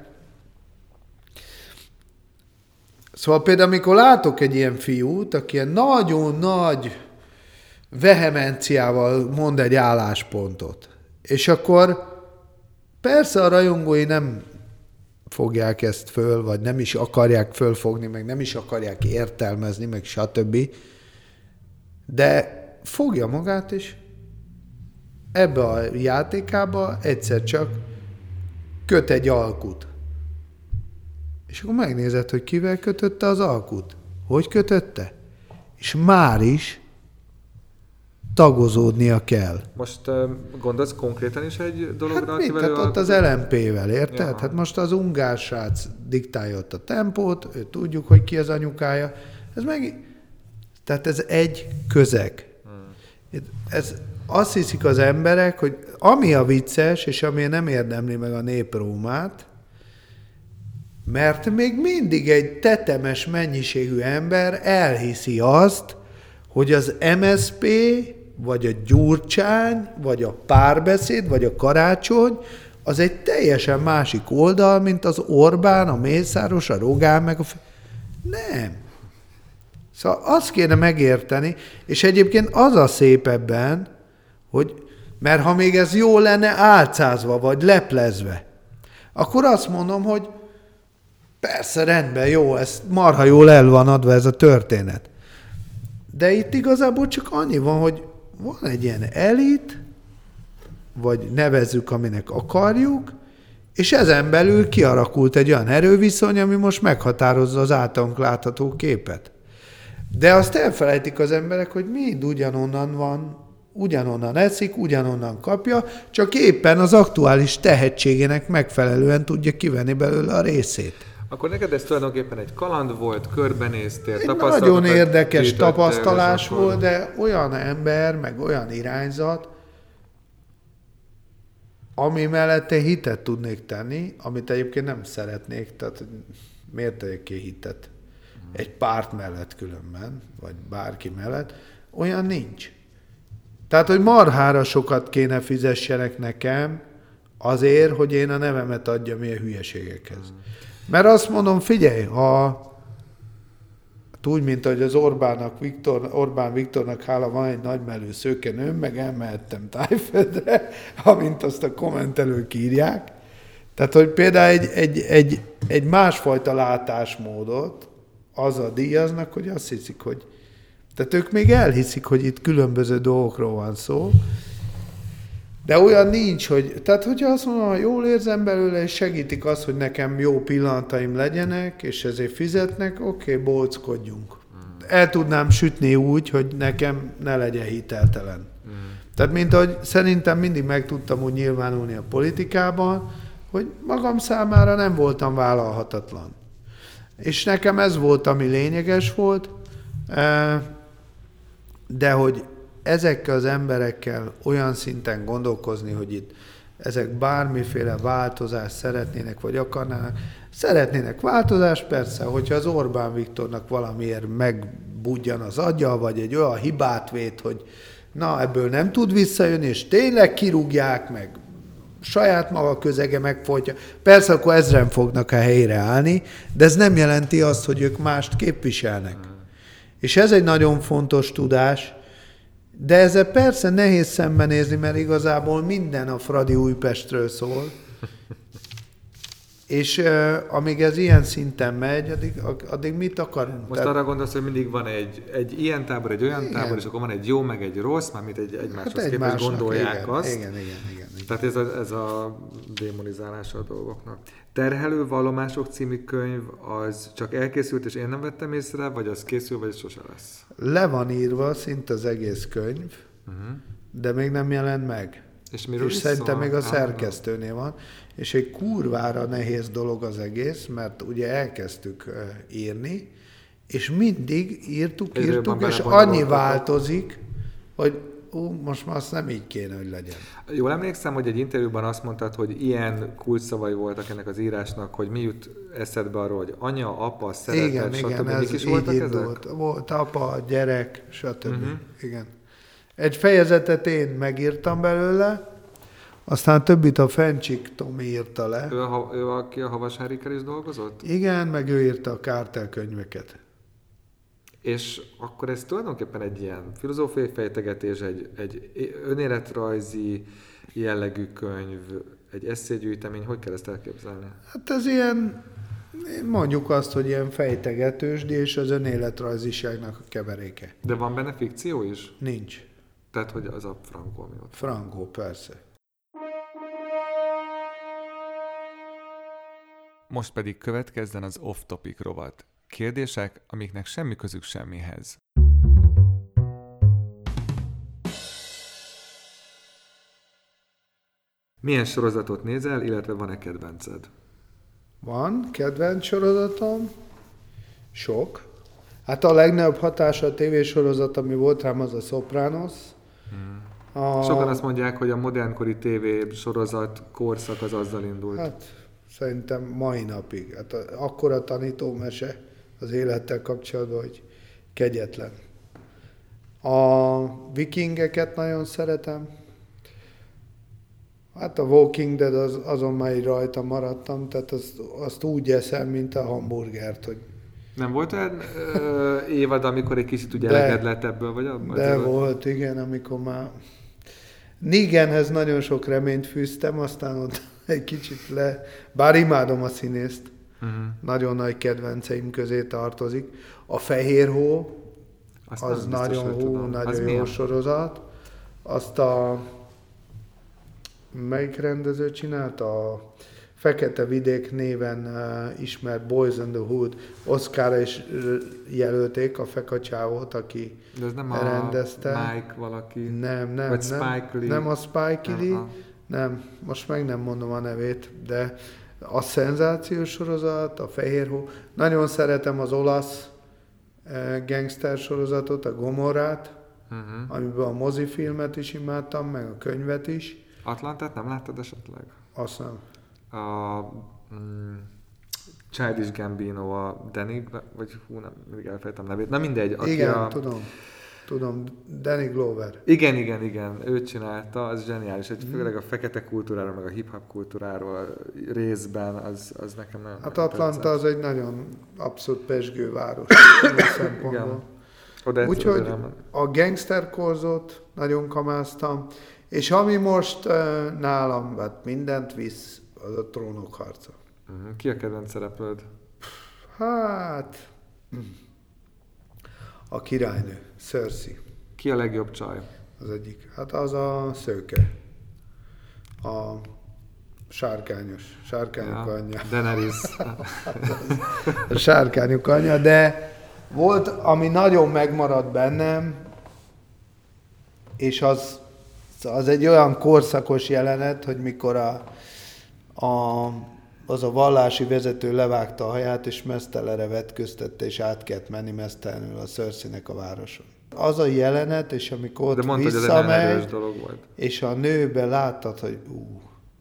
szóval például amikor látok egy ilyen fiút, aki ilyen nagyon nagy vehemenciával mond egy álláspontot, és akkor persze a rajongói nem fogják ezt föl, vagy nem is akarják fölfogni, meg nem is akarják értelmezni, meg stb. De fogja magát, és ebbe a játékába egyszer csak köt egy alkut. És akkor megnézed, hogy kivel kötötte az alkut. Hogy kötötte? És már is tagozódnia kell. Most uh, gondolsz konkrétan is egy dologra? Hát mit? Hát ott az el em pé-vel, érted? Jaha. Hát most az ungár srác diktálja ott a tempót, ő tudjuk, hogy ki az anyukája. Ez meg... Tehát ez egy közeg. Hmm. Ez... Azt hiszik az emberek, hogy ami a vicces, és ami nem érdemli meg a néprómát, mert még mindig egy tetemes mennyiségű ember elhiszi azt, hogy az em es zé pé, vagy a Gyurcsány, vagy a Párbeszéd, vagy a Karácsony, az egy teljesen másik oldal, mint az Orbán, a Mészáros, a Rogán, meg a... Nem. Szóval azt kéne megérteni, és egyébként az a szép ebben, hogy, mert ha még ez jó lenne álcázva, vagy leplezve, akkor azt mondom, hogy persze, rendben, jó, ez marha jól el van adva ez a történet. De itt igazából csak annyi van, hogy van egy ilyen elit, vagy nevezzük, aminek akarjuk, és ezen belül kialakult egy olyan erőviszony, ami most meghatározza az általunk látható képet. De azt elfelejtik az emberek, hogy mind ugyanonnan van, ugyanonnan eszik, ugyanonnan kapja, csak éppen az aktuális tehetségének megfelelően tudja kivenni belőle a részét. Akkor neked ez tulajdonképpen egy kaland volt, körbenéztél, tapasztalatokat. Nagyon érdekes tapasztalás volt, de olyan ember, meg olyan irányzat, ami mellett én hitet tudnék tenni, amit egyébként nem szeretnék, tehát miért tegyek ki hitet? Egy párt mellett különben, vagy bárki mellett, olyan nincs. Tehát, hogy marhára sokat kéne fizessenek nekem azért, hogy én a nevemet adjam ilyen hülyeségekhez. Mert azt mondom, figyelj, ha úgy, mint ahogy az Orbánnak, Viktor, Orbán Viktornak hála van egy nagymelő szőkenőm, meg elmehettem Tájföldre, amint azt a kommentelők írják. Tehát, hogy például egy, egy, egy, egy másfajta látásmódot azzal díjaznak, hogy azt hiszik, hogy tehát ők még elhiszik, hogy itt különböző dolgokról van szó, de olyan nincs, hogy... Tehát, hogyha azt mondom, hogy jól érzem belőle, és segítik azt, hogy nekem jó pillanataim legyenek, és ezért fizetnek, oké, okay, bolckodjunk. Mm. El tudnám sütni úgy, hogy nekem ne legyen hiteltelen. Mm. Tehát, mint ahogy szerintem mindig meg tudtam úgy nyilvánulni a politikában, hogy magam számára nem voltam vállalhatatlan. És nekem ez volt, ami lényeges volt, de hogy ezekkel az emberekkel olyan szinten gondolkozni, hogy itt ezek bármiféle változást szeretnének, vagy akarnának. Szeretnének változást, persze, hogyha az Orbán Viktornak valamiért megbudjan az agya, vagy egy olyan hibát vét, hogy na, ebből nem tud visszajönni, és tényleg kirúgják, meg saját maga közege megfojtja. Persze, akkor ezren fognak a helyére állni, de ez nem jelenti azt, hogy ők mást képviselnek. És ez egy nagyon fontos tudás, de ezzel persze nehéz szembenézni, mert igazából minden a Fradi Újpestről szól. És uh, amíg ez ilyen szinten megy, addig, addig mit akarunk? Most Tehát... arra gondolsz, hogy mindig van egy, egy ilyen tábor, egy olyan igen. tábor, és akkor van egy jó, meg egy rossz, mármint egy egymáshoz hát képest gondolják igen, azt. Igen, igen, igen, igen. Tehát ez a, ez a démonizálása a dolgoknak. Terhelő vallomások című könyv, az csak elkészült, és én nem vettem észre, vagy az készül, vagy sose lesz? Le van írva szinte az egész könyv, uh-huh. de még nem jelent meg. És, miről és szerintem még a szerkesztőnél van. És egy kurvára nehéz dolog az egész, mert ugye elkezdtük uh, írni, és mindig írtuk, Egyről írtuk, és annyi változik, hogy ú, most már azt nem így kéne, hogy legyen. Jól emlékszem, hogy egy interjúban azt mondtad, hogy ilyen kulcsszavai voltak ennek az írásnak, hogy mi jut eszedbe arról, hogy anya, apa, szeretet, igen, stb. Igen, ez is így voltak indult. Ezek? Volt apa, gyerek, stb. Uh-huh. Igen. Egy fejezetet én megírtam belőle, aztán többit a Fencsik Tomi írta le. Ő, a, ő aki a Havas Henrikkel is dolgozott? Igen, meg ő írta a Kártel könyveket. És akkor ez tulajdonképpen egy ilyen filozófiai fejtegetés, egy, egy önéletrajzi jellegű könyv, egy esszégyűjtemény, hogy kell ezt elképzelni? Hát ez ilyen, mondjuk azt, hogy ilyen fejtegetősdi és az önéletrajziságnak a keveréke. De van benne fikció is? Nincs. Tehát, hogy az a frankó, ami ott? Frankó, persze. Most pedig következzen az off-topic rovat. Kérdések, amiknek semmi közük semmihez. Milyen sorozatot nézel, illetve van-e kedvenced? Van kedvenc sorozatom, sok. Hát a legnagyobb hatása a tévésorozat, ami volt rám, az a Sopranos. Hmm. A... Sokan azt mondják, hogy a modernkori tévésorozat korszak az azzal indult. Hát szerintem mai napig. Hát akkora tanítómese az élettel kapcsolatban, hogy kegyetlen. A vikingeket nagyon szeretem. Hát a Walking Dead az, azon már így rajta maradtam, tehát azt, azt úgy eszem, mint a hamburgert, hogy... Nem volt olyan ö, évad, amikor egy kicsit ugye eleged lett ebből, vagy abban? De volt, volt, igen, amikor már... Neganhez nagyon sok reményt fűztem, aztán ott egy kicsit le... Bár imádom a színészt, uh-huh. nagyon nagy kedvenceim közé tartozik. A Fehér Hó, azt az nagyon hú, tudom. nagyon az jó milyen? sorozat. Azt a... Melyik rendező csinálta? A Fekete Vidék néven uh, ismert Boys in the Hood. Oscarra is jelölték a fekacsávót, aki de ez nem rendezte. A Mike valaki? Nem, nem. Vagy Spike nem, Lee? Nem a Spike Lee. Uh-huh. Nem, most meg nem mondom a nevét, de a szenzációs sorozat, a Fehér Hó. Nagyon szeretem az olasz uh, gangster sorozatot, a Gomorrát, uh-huh. amiben a mozifilmet is imádtam, meg a könyvet is. Atlantát nem láttad esetleg? Azt nem. A mm, Childish Gambino, a Danny, vagy hú, nem, mindig elfelejtem nevét. Na mindegy. Aki igen, a... tudom. Tudom, Danny Glover. Igen, igen, igen. Ő csinálta, az zseniális. Egy, főleg a fekete kultúráról, meg a hip-hop kultúráról részben, az, az nekem nagyon... Hát Atlanta az egy nagyon abszolút pezsgő város. szempontból. Úgyhogy a gangster korzót nagyon kamáztam. És ami most uh, nálam hát mindent visz, az a Trónok harca. Uh-huh. Ki a kedvenc szereplőd? Hát... A királynő, Cersei. Ki a legjobb csaj? Az egyik. Hát az a szőke. A sárkányos. Sárkányok ja, anyja. Daenerys. A sárkányok anyja, de volt, ami nagyon megmaradt bennem, és az az egy olyan korszakos jelenet, hogy mikor a, a, az a vallási vezető levágta a haját, és meztelenre vetköztette, és át kellett menni meztelenül a Cerseinek a városon. Az a jelenet, és amikor ott mondta, visszamegy, dolog volt. és a nőbe láttad, hogy ú,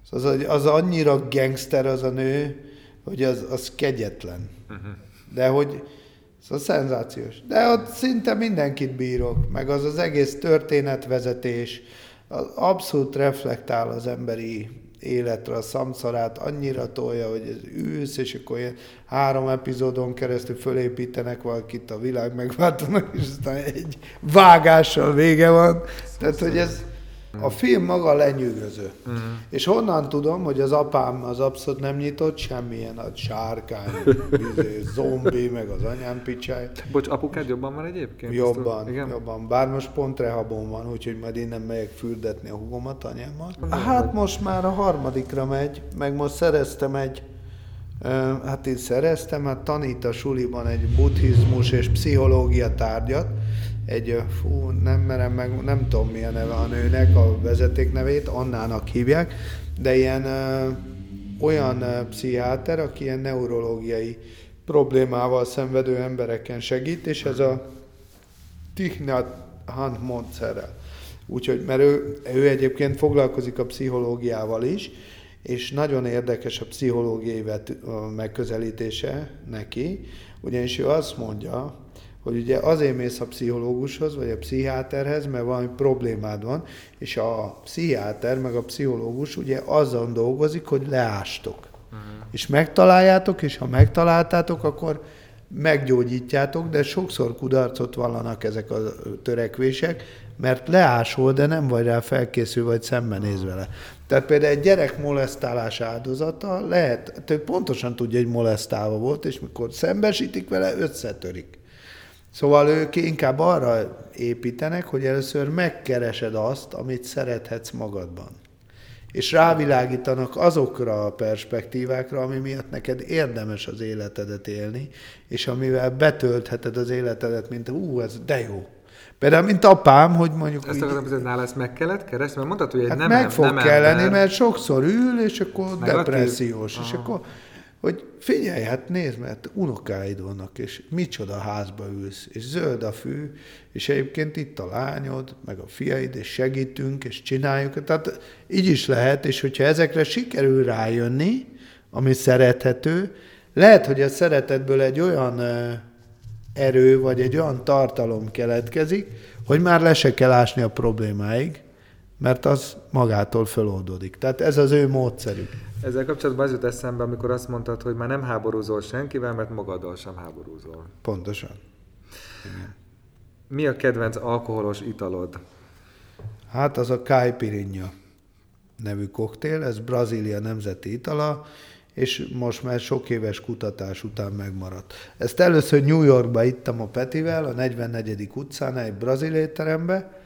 Az, az annyira gangster az a nő, hogy az, az kegyetlen. Uh-huh. De hogy az szenzációs. De ott szinte mindenkit bírok, meg az az egész történetvezetés, az abszolút reflektál az emberi életre, a szamszarát annyira tolja, hogy ülsz, és akkor ilyen három epizódon keresztül fölépítenek valakit a világ megváltónak, és aztán egy vágással vége van. Tehát, hogy ez a film maga lenyűgöző. Uh-huh. És honnan tudom, hogy az apám az abszolút nem nyitott semmilyen nagy sárkány, bizé, zombi, meg az anyám picsája. Bocs, apukád jobban van egyébként? Jobban, jobban. Bár most pont rehabon van, úgyhogy majd innen megyek fürdetni a húgomat anyámmal. Hát most már a harmadikra megy, meg most szereztem egy, hát én szereztem, hát tanít a suliban egy buddhizmus és pszichológia tárgyat, egy, fú, nem merem meg, nem tudom mi a neve a nőnek, a vezeték nevét, Annának hívják, de ilyen ö, olyan ö, pszichiáter, aki ilyen neurológiai problémával szenvedő embereken segít, és ez a Thich Nhat Hanh módszerrel. Úgyhogy, mert ő, ő egyébként foglalkozik a pszichológiával is, és nagyon érdekes a pszichológiai vet, a megközelítése neki, ugyanis ő azt mondja, hogy ugye azért mész a pszichológushoz, vagy a pszichiáterhez, mert valami problémád van, és a pszichiáter, meg a pszichológus ugye azon dolgozik, hogy leástok. Uh-huh. És megtaláljátok, és ha megtaláltátok, akkor meggyógyítjátok, de sokszor kudarcot vallanak ezek a törekvések, mert leásol, de nem vagy rá felkészül, vagy szembenéz vele. Tehát például egy gyerek molesztálás áldozata lehet, ő pontosan tudja, hogy molesztálva volt, és mikor szembesítik vele, összetörik. Szóval ők inkább arra építenek, hogy először megkeresed azt, amit szerethetsz magadban. És rávilágítanak azokra a perspektívákra, ami miatt neked érdemes az életedet élni, és amivel betöltheted az életedet, mint ú, ez de jó. Például, mint apám, hogy mondjuk... Ezt akarom, hogy nála ezt meg kellett keresni, mert mondtad, hogy egy hát nem meg fog nem kelleni, ember. Mert sokszor ül, és akkor Negatív? Depressziós, Aha. és akkor... Hogy figyelj, hát nézd, mert unokáid vannak, és micsoda házba ülsz, és zöld a fű, és egyébként itt a lányod, meg a fiaid, és segítünk, és csináljuk. Tehát így is lehet, és hogyha ezekre sikerül rájönni, ami szerethető, lehet, hogy a szeretetből egy olyan erő, vagy egy olyan tartalom keletkezik, hogy már le se kell ásni a problémáig, mert az magától föloldódik. Tehát ez az ő módszerük. Ezzel kapcsolatban az jut eszembe, amikor azt mondtad, hogy már nem háborúzol senkivel, mert magaddal sem háborúzol. Pontosan. Igen. Mi a kedvenc alkoholos italod? Hát az a caipirinha nevű koktél, ez Brazília nemzeti itala, és most már sok éves kutatás után megmaradt. Ezt először New Yorkba ittam a Petivel, a negyvennegyedik utcán, egy brazil étterembe,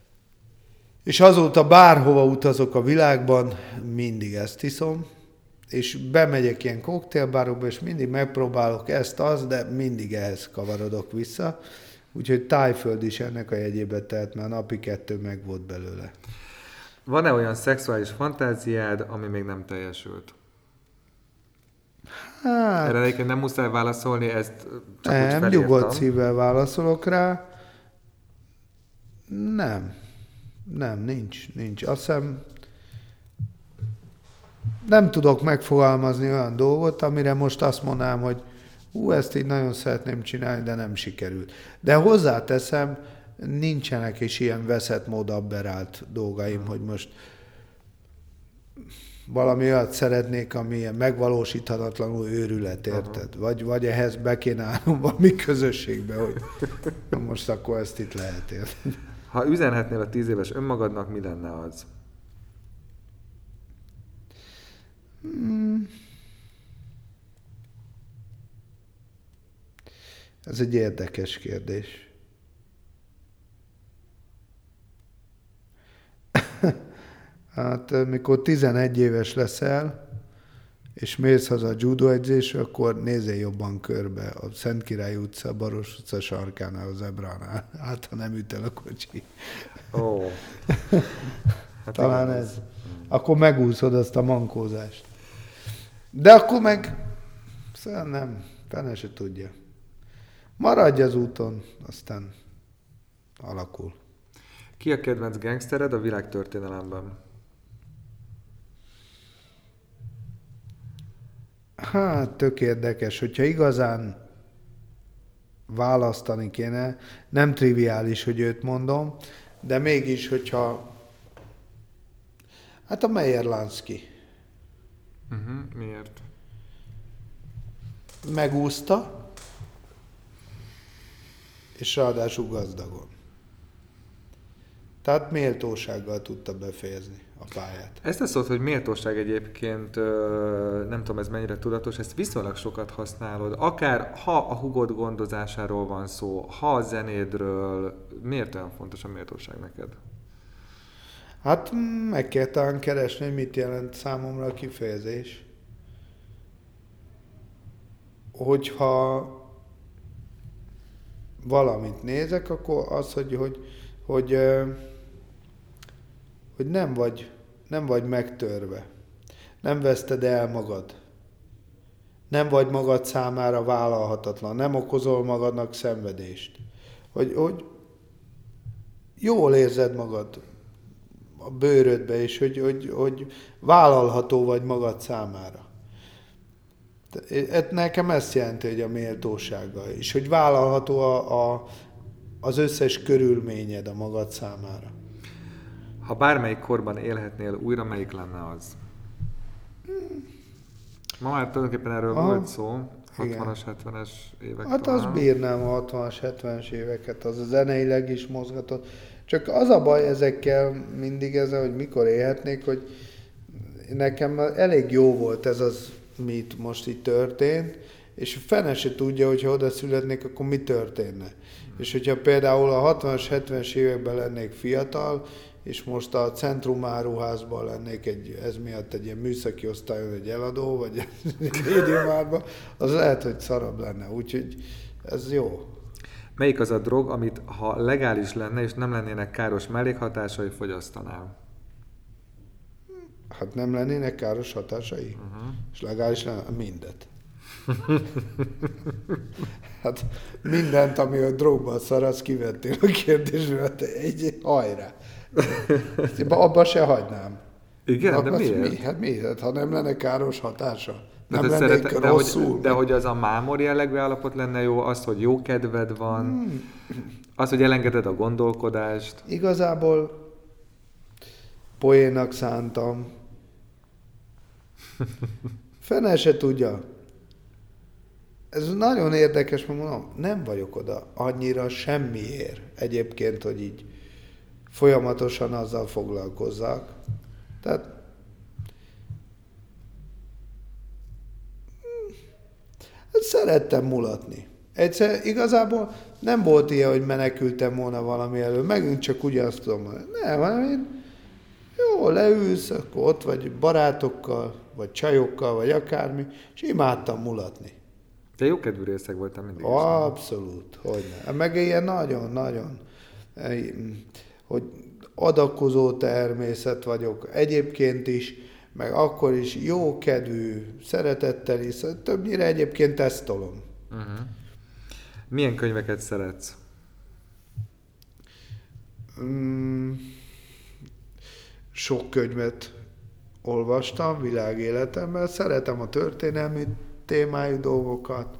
és azóta bárhova utazok a világban, mindig ezt iszom, és bemegyek ilyen koktélbárokba, és mindig megpróbálok ezt, az, de mindig ehhez kavarodok vissza. Úgyhogy Tájföld is ennek a jegyébe telt, mert napi kettő meg volt belőle. Van-e olyan szexuális fantáziád, ami még nem teljesült? Hát... Erre egyébként nem muszáj válaszolni, ezt csak nem, úgy felírtam. nyugodt szívvel válaszolok rá. Nem. Nem, nincs, nincs. Azt hiszem, nem tudok megfogalmazni olyan dolgot, amire most azt mondanám, hogy hú, ezt így nagyon szeretném csinálni, de nem sikerült. De hozzáteszem, nincsenek is ilyen veszett mód aberrált dolgaim, hogy most valami olyat szeretnék, ami ilyen megvalósíthatatlanul őrület, érted? Vagy, vagy ehhez be kéne állnom valami közösségbe, hogy most akkor ezt itt lehet, érted? Ha üzenhetnél a tíz éves önmagadnak, mi lenne az? Hmm. Ez egy érdekes kérdés. Hát, mikor tizenegy éves leszel, és mész haza a judo edzésre, akkor nézzél jobban körbe a Szentkirály utca, Baros utca sarkánál, az Ebránál. Hát, ha nem üt el a kocsi. Ó. Oh. Hát talán igen, ez. Akkor megúszod azt a mankózást. De akkor meg... Szóval nem, fene se tudja. Maradj az úton, aztán alakul. Ki a kedvenc gangstered a világtörténelemben? Hát, tök érdekes, hogyha igazán választani kéne, nem triviális, hogy őt mondom, de mégis, hogyha hát a Meyer Lansky. Uh-huh. Miért? Megúszta, és ráadásul gazdagon. Tehát méltósággal tudta befejezni a pályát. Ezt a szót, hogy méltóság egyébként, nem tudom ez mennyire tudatos, ezt viszonylag sokat használod. Akár ha a hugod gondozásáról van szó, ha a zenédről, miért olyan fontos a méltóság neked? Hát meg kell talán keresni, hogy mit jelent számomra a kifejezés. Hogyha valamit nézek, akkor az, hogy, hogy, hogy, hogy nem, vagy, nem vagy megtörve. Nem veszted el magad. Nem vagy magad számára vállalhatatlan. Nem okozol magadnak szenvedést. Hogy, hogy jól érzed magad a bőrödbe, és hogy, hogy, hogy vállalható vagy magad számára. Nekem ezt jelenti, hogy a méltósággal, és hogy vállalható a, a, az összes körülményed a magad számára. Ha bármelyik korban élhetnél újra, melyik lenne az? Ma már tulajdonképpen erről Aha. volt szó, hatvanas, hetvenes évek. Hát talán. Az bírnám a hatvanas, hetvenes éveket, az a zeneileg is mozgatott. Csak az a baj ezekkel mindig ezzel, hogy mikor élhetnék, hogy nekem elég jó volt ez az, mit most itt történt, és fene se tudja, hogyha oda születnék, akkor mi történne. Hmm. És hogyha például a hatvanas, hetvenes években lennék fiatal, és most a Centrum áruházban lennék egy, ez miatt egy ilyen műszaki osztályon egy eladó, vagy egy médiumárban, az lehet, hogy szarabb lenne. Úgyhogy ez jó. Melyik az a drog, amit ha legális lenne, és nem lennének káros mellékhatásai, fogyasztanál? Hát nem lennének káros hatásai? Uh-huh. És legális lenne? Mindet. Hát mindent, ami a drogban szar, azt kivettél a kérdésről, egy hajrá. Abba se hagynám. Igen, Ak, de miért? Mi? Hát miért? Ha nem lenne káros hatása? Nem de, lennék szeret, rosszul. De hogy, de hogy az a mámor jellegű állapot lenne jó, az, hogy jó kedved van, hmm. az, hogy elengeded a gondolkodást. Igazából poénnak szántam. Fene se tudja. Ez nagyon érdekes, mert mondom, nem vagyok oda annyira semmiért egyébként, hogy így folyamatosan azzal foglalkozzak. Tehát szerettem mulatni. Egyszer igazából nem volt ilyen, hogy menekültem volna valami elől. Megint csak ugyanazt tudom mondani. Nem, hanem én jó, leülsz, akkor ott vagy barátokkal, vagy csajokkal, vagy akármi, és imádtam mulatni. Te jókedvű részeg voltam mindig. Abszolút, hogyne. Meg ilyen nagyon-nagyon, hogy adakozó természet vagyok egyébként is, meg akkor is jókedvű, szeretettel is, többnyire egyébként ezt tolom. Uh-huh. Milyen könyveket szeretsz? Mm, sok könyvet olvastam világéletemben, szeretem a történelmi témájú dolgokat,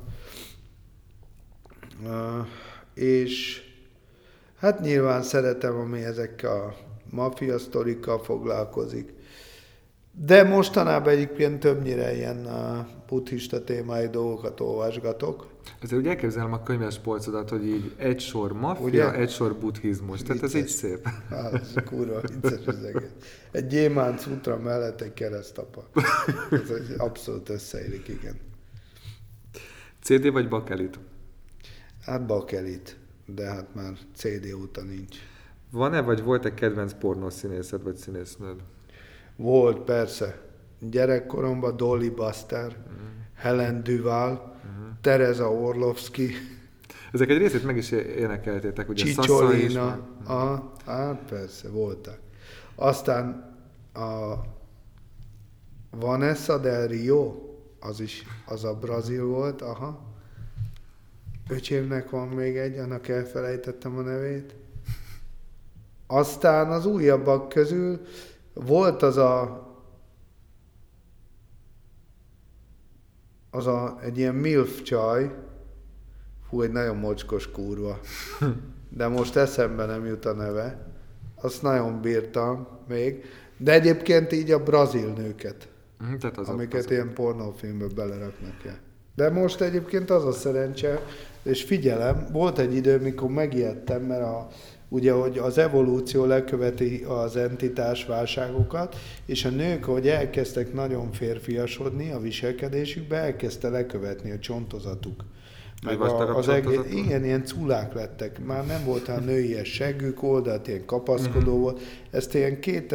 uh, és hát nyilván szeretem, ami ezekkel a maffia sztorikkal foglalkozik. De mostanában egyébként többnyire ilyen uh, buddhista témájú dolgokat olvasgatok. Ezért úgy elképzelem a könyves polcodat, hogy így egy sor maffia, egy sor buddhizmus. Vicces. Tehát ez így szép. Az kurva vicces az egész. Egy gyémánt útra mellett egy keresztapa. Ez abszolút összeérik, igen. cé dé vagy bakelit? Hát bakelit, de hát már cé dé óta nincs. Van-e, vagy volt-e kedvenc pornószínészed, vagy színésznőd? Volt, persze. Gyerekkoromban Dolly Buster, uh-huh. Helen Duval, uh-huh. Teresa Orlovsky. Ezek egy részét meg is énekeltétek, ugye? Csicsolina. Ah, hát persze, voltak. Aztán a Vanessa del Rio, az is, az a brazil volt, aha. Öcsémnek van még egy, annak elfelejtettem a nevét. Aztán az újabbak közül volt az a az a, egy ilyen milf csaj, hú, egy nagyon mocskos kurva, de most eszembe nem jut a neve, azt nagyon bírtam még, de egyébként így a brazil nőket, mm, tehát az amiket az ilyen pornófilmbe beleraknak el. De most egyébként az a szerencse, és figyelem, volt egy idő, mikor megijedtem, mert a, ugye, hogy az evolúció leköveti az entitás válságokat, és a nők, ahogy elkezdtek nagyon férfiasodni a viselkedésükbe, elkezdte lekövetni a csontozatuk. Meg a, az egész, igen, ilyen culák lettek. Már nem volt a nőies seggük, oldalt ilyen kapaszkodó volt. Ezt ilyen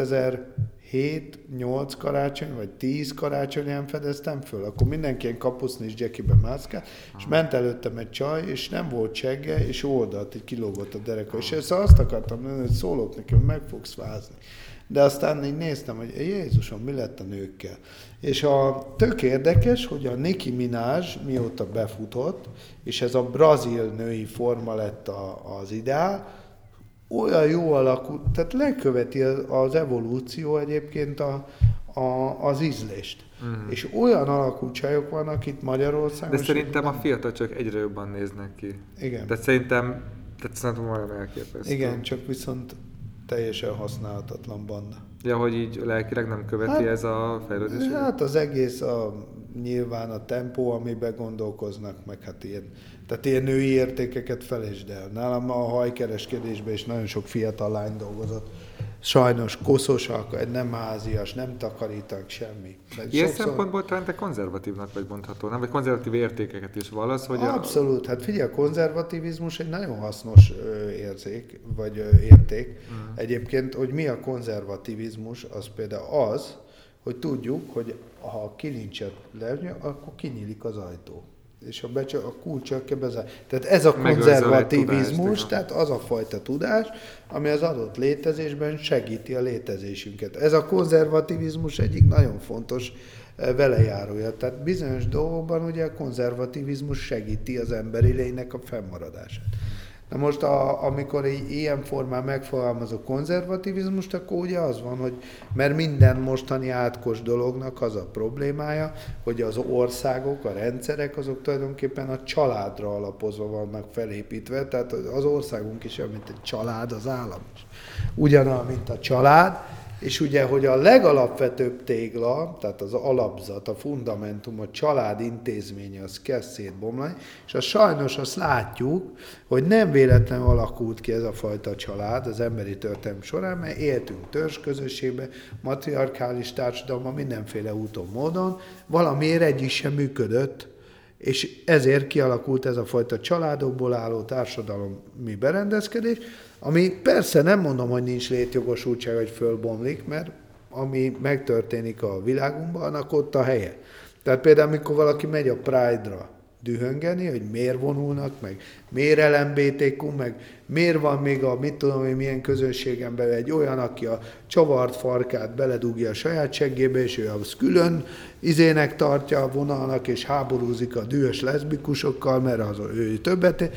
kétezer-hét nyolc karácsony, vagy tíz karácsonyán fedeztem föl. Akkor mindenki ilyen kapusznis dzsekibe mászkált, és ment előttem egy csaj, és nem volt segge, és oldalt, így kilógott a dereka. És ezt azt akartam mondani, hogy szólok neki, hogy meg fogsz vázni. De aztán így néztem, hogy Jézusom, mi lett a nőkkel. És a tök érdekes, hogy a Nicki Minaj mióta befutott, és ez a brazil női forma lett a, az ideál, olyan jó alakú, tehát leköveti az evolúció egyébként a, a, az ízlést. Uh-huh. És olyan alakú csajok vannak itt Magyarországon. De szerintem nem... a fiatal csak egyre jobban néznek ki. Igen. Tehát szerintem, tehát szerintem olyan elképesztő. Igen, csak viszont teljesen használhatatlan banda. Ja, hogy így lelkileg nem követi hát, ez a fejlődés? Hát az egész a, nyilván a tempó, amiben gondolkoznak, meg hát ilyen, tehát ilyen női értékeket felejtsd el. Nálam a hajkereskedésben is nagyon sok fiatal lány dolgozott. Sajnos koszosak, nem házias, nem takarítanak semmi. De ilyen sokszor... szempontból talán te konzervatívnak vagy mondható, nem? Vagy konzervatív értékeket is vallasz, hogy... Abszolút. A... Hát figyelj, a konzervativizmus egy nagyon hasznos ö, érzék, vagy ö, érték. Uh-huh. Egyébként, hogy mi a konzervativizmus, az például az, hogy tudjuk, hogy ha a kilincset levnyel, akkor kinyílik az ajtó. És a, becsö, a kulcsal kell bezárni. Tehát ez a konzervativizmus, tehát az a fajta tudás, ami az adott létezésben segíti a létezésünket. Ez a konzervativizmus egyik nagyon fontos velejárója. Tehát bizonyos dolgokban ugye a konzervativizmus segíti az emberi lénynek a fennmaradását. Na most, a, amikor egy ilyen formán megfogalmazok konzervativizmust, akkor ugye az van, hogy mert minden mostani átkos dolognak az a problémája, hogy az országok, a rendszerek, azok tulajdonképpen a családra alapozva vannak felépítve, tehát az országunk is olyan, mint egy család, az állam is. Ugyanolyan, mint a család, és ugye, hogy a legalapvetőbb tégla, tehát az alapzat, a fundamentum, a család intézménye, az kezd szétbomlani, és az sajnos azt látjuk, hogy nem véletlenül alakult ki ez a fajta család az emberi történelem során, mert éltünk törzsközösségben, matriarkális társadalomban, mindenféle úton, módon, valamiért egy is sem működött, és ezért kialakult ez a fajta családokból álló társadalmi berendezkedés, ami persze nem mondom, hogy nincs létjogosultság, hogy fölbomlik, mert ami megtörténik a világunkban, annak ott a helye. Tehát például, amikor valaki megy a Pride-ra dühöngeni, hogy miért vonulnak, meg miért el em bé té kú, meg miért van még a mit tudom én milyen közönségen belül egy olyan, aki a csavart farkát beledugja a saját seggébe, és ő az külön izének tartja a vonalnak, és háborúzik a dühös leszbikusokkal, mert az ő többet.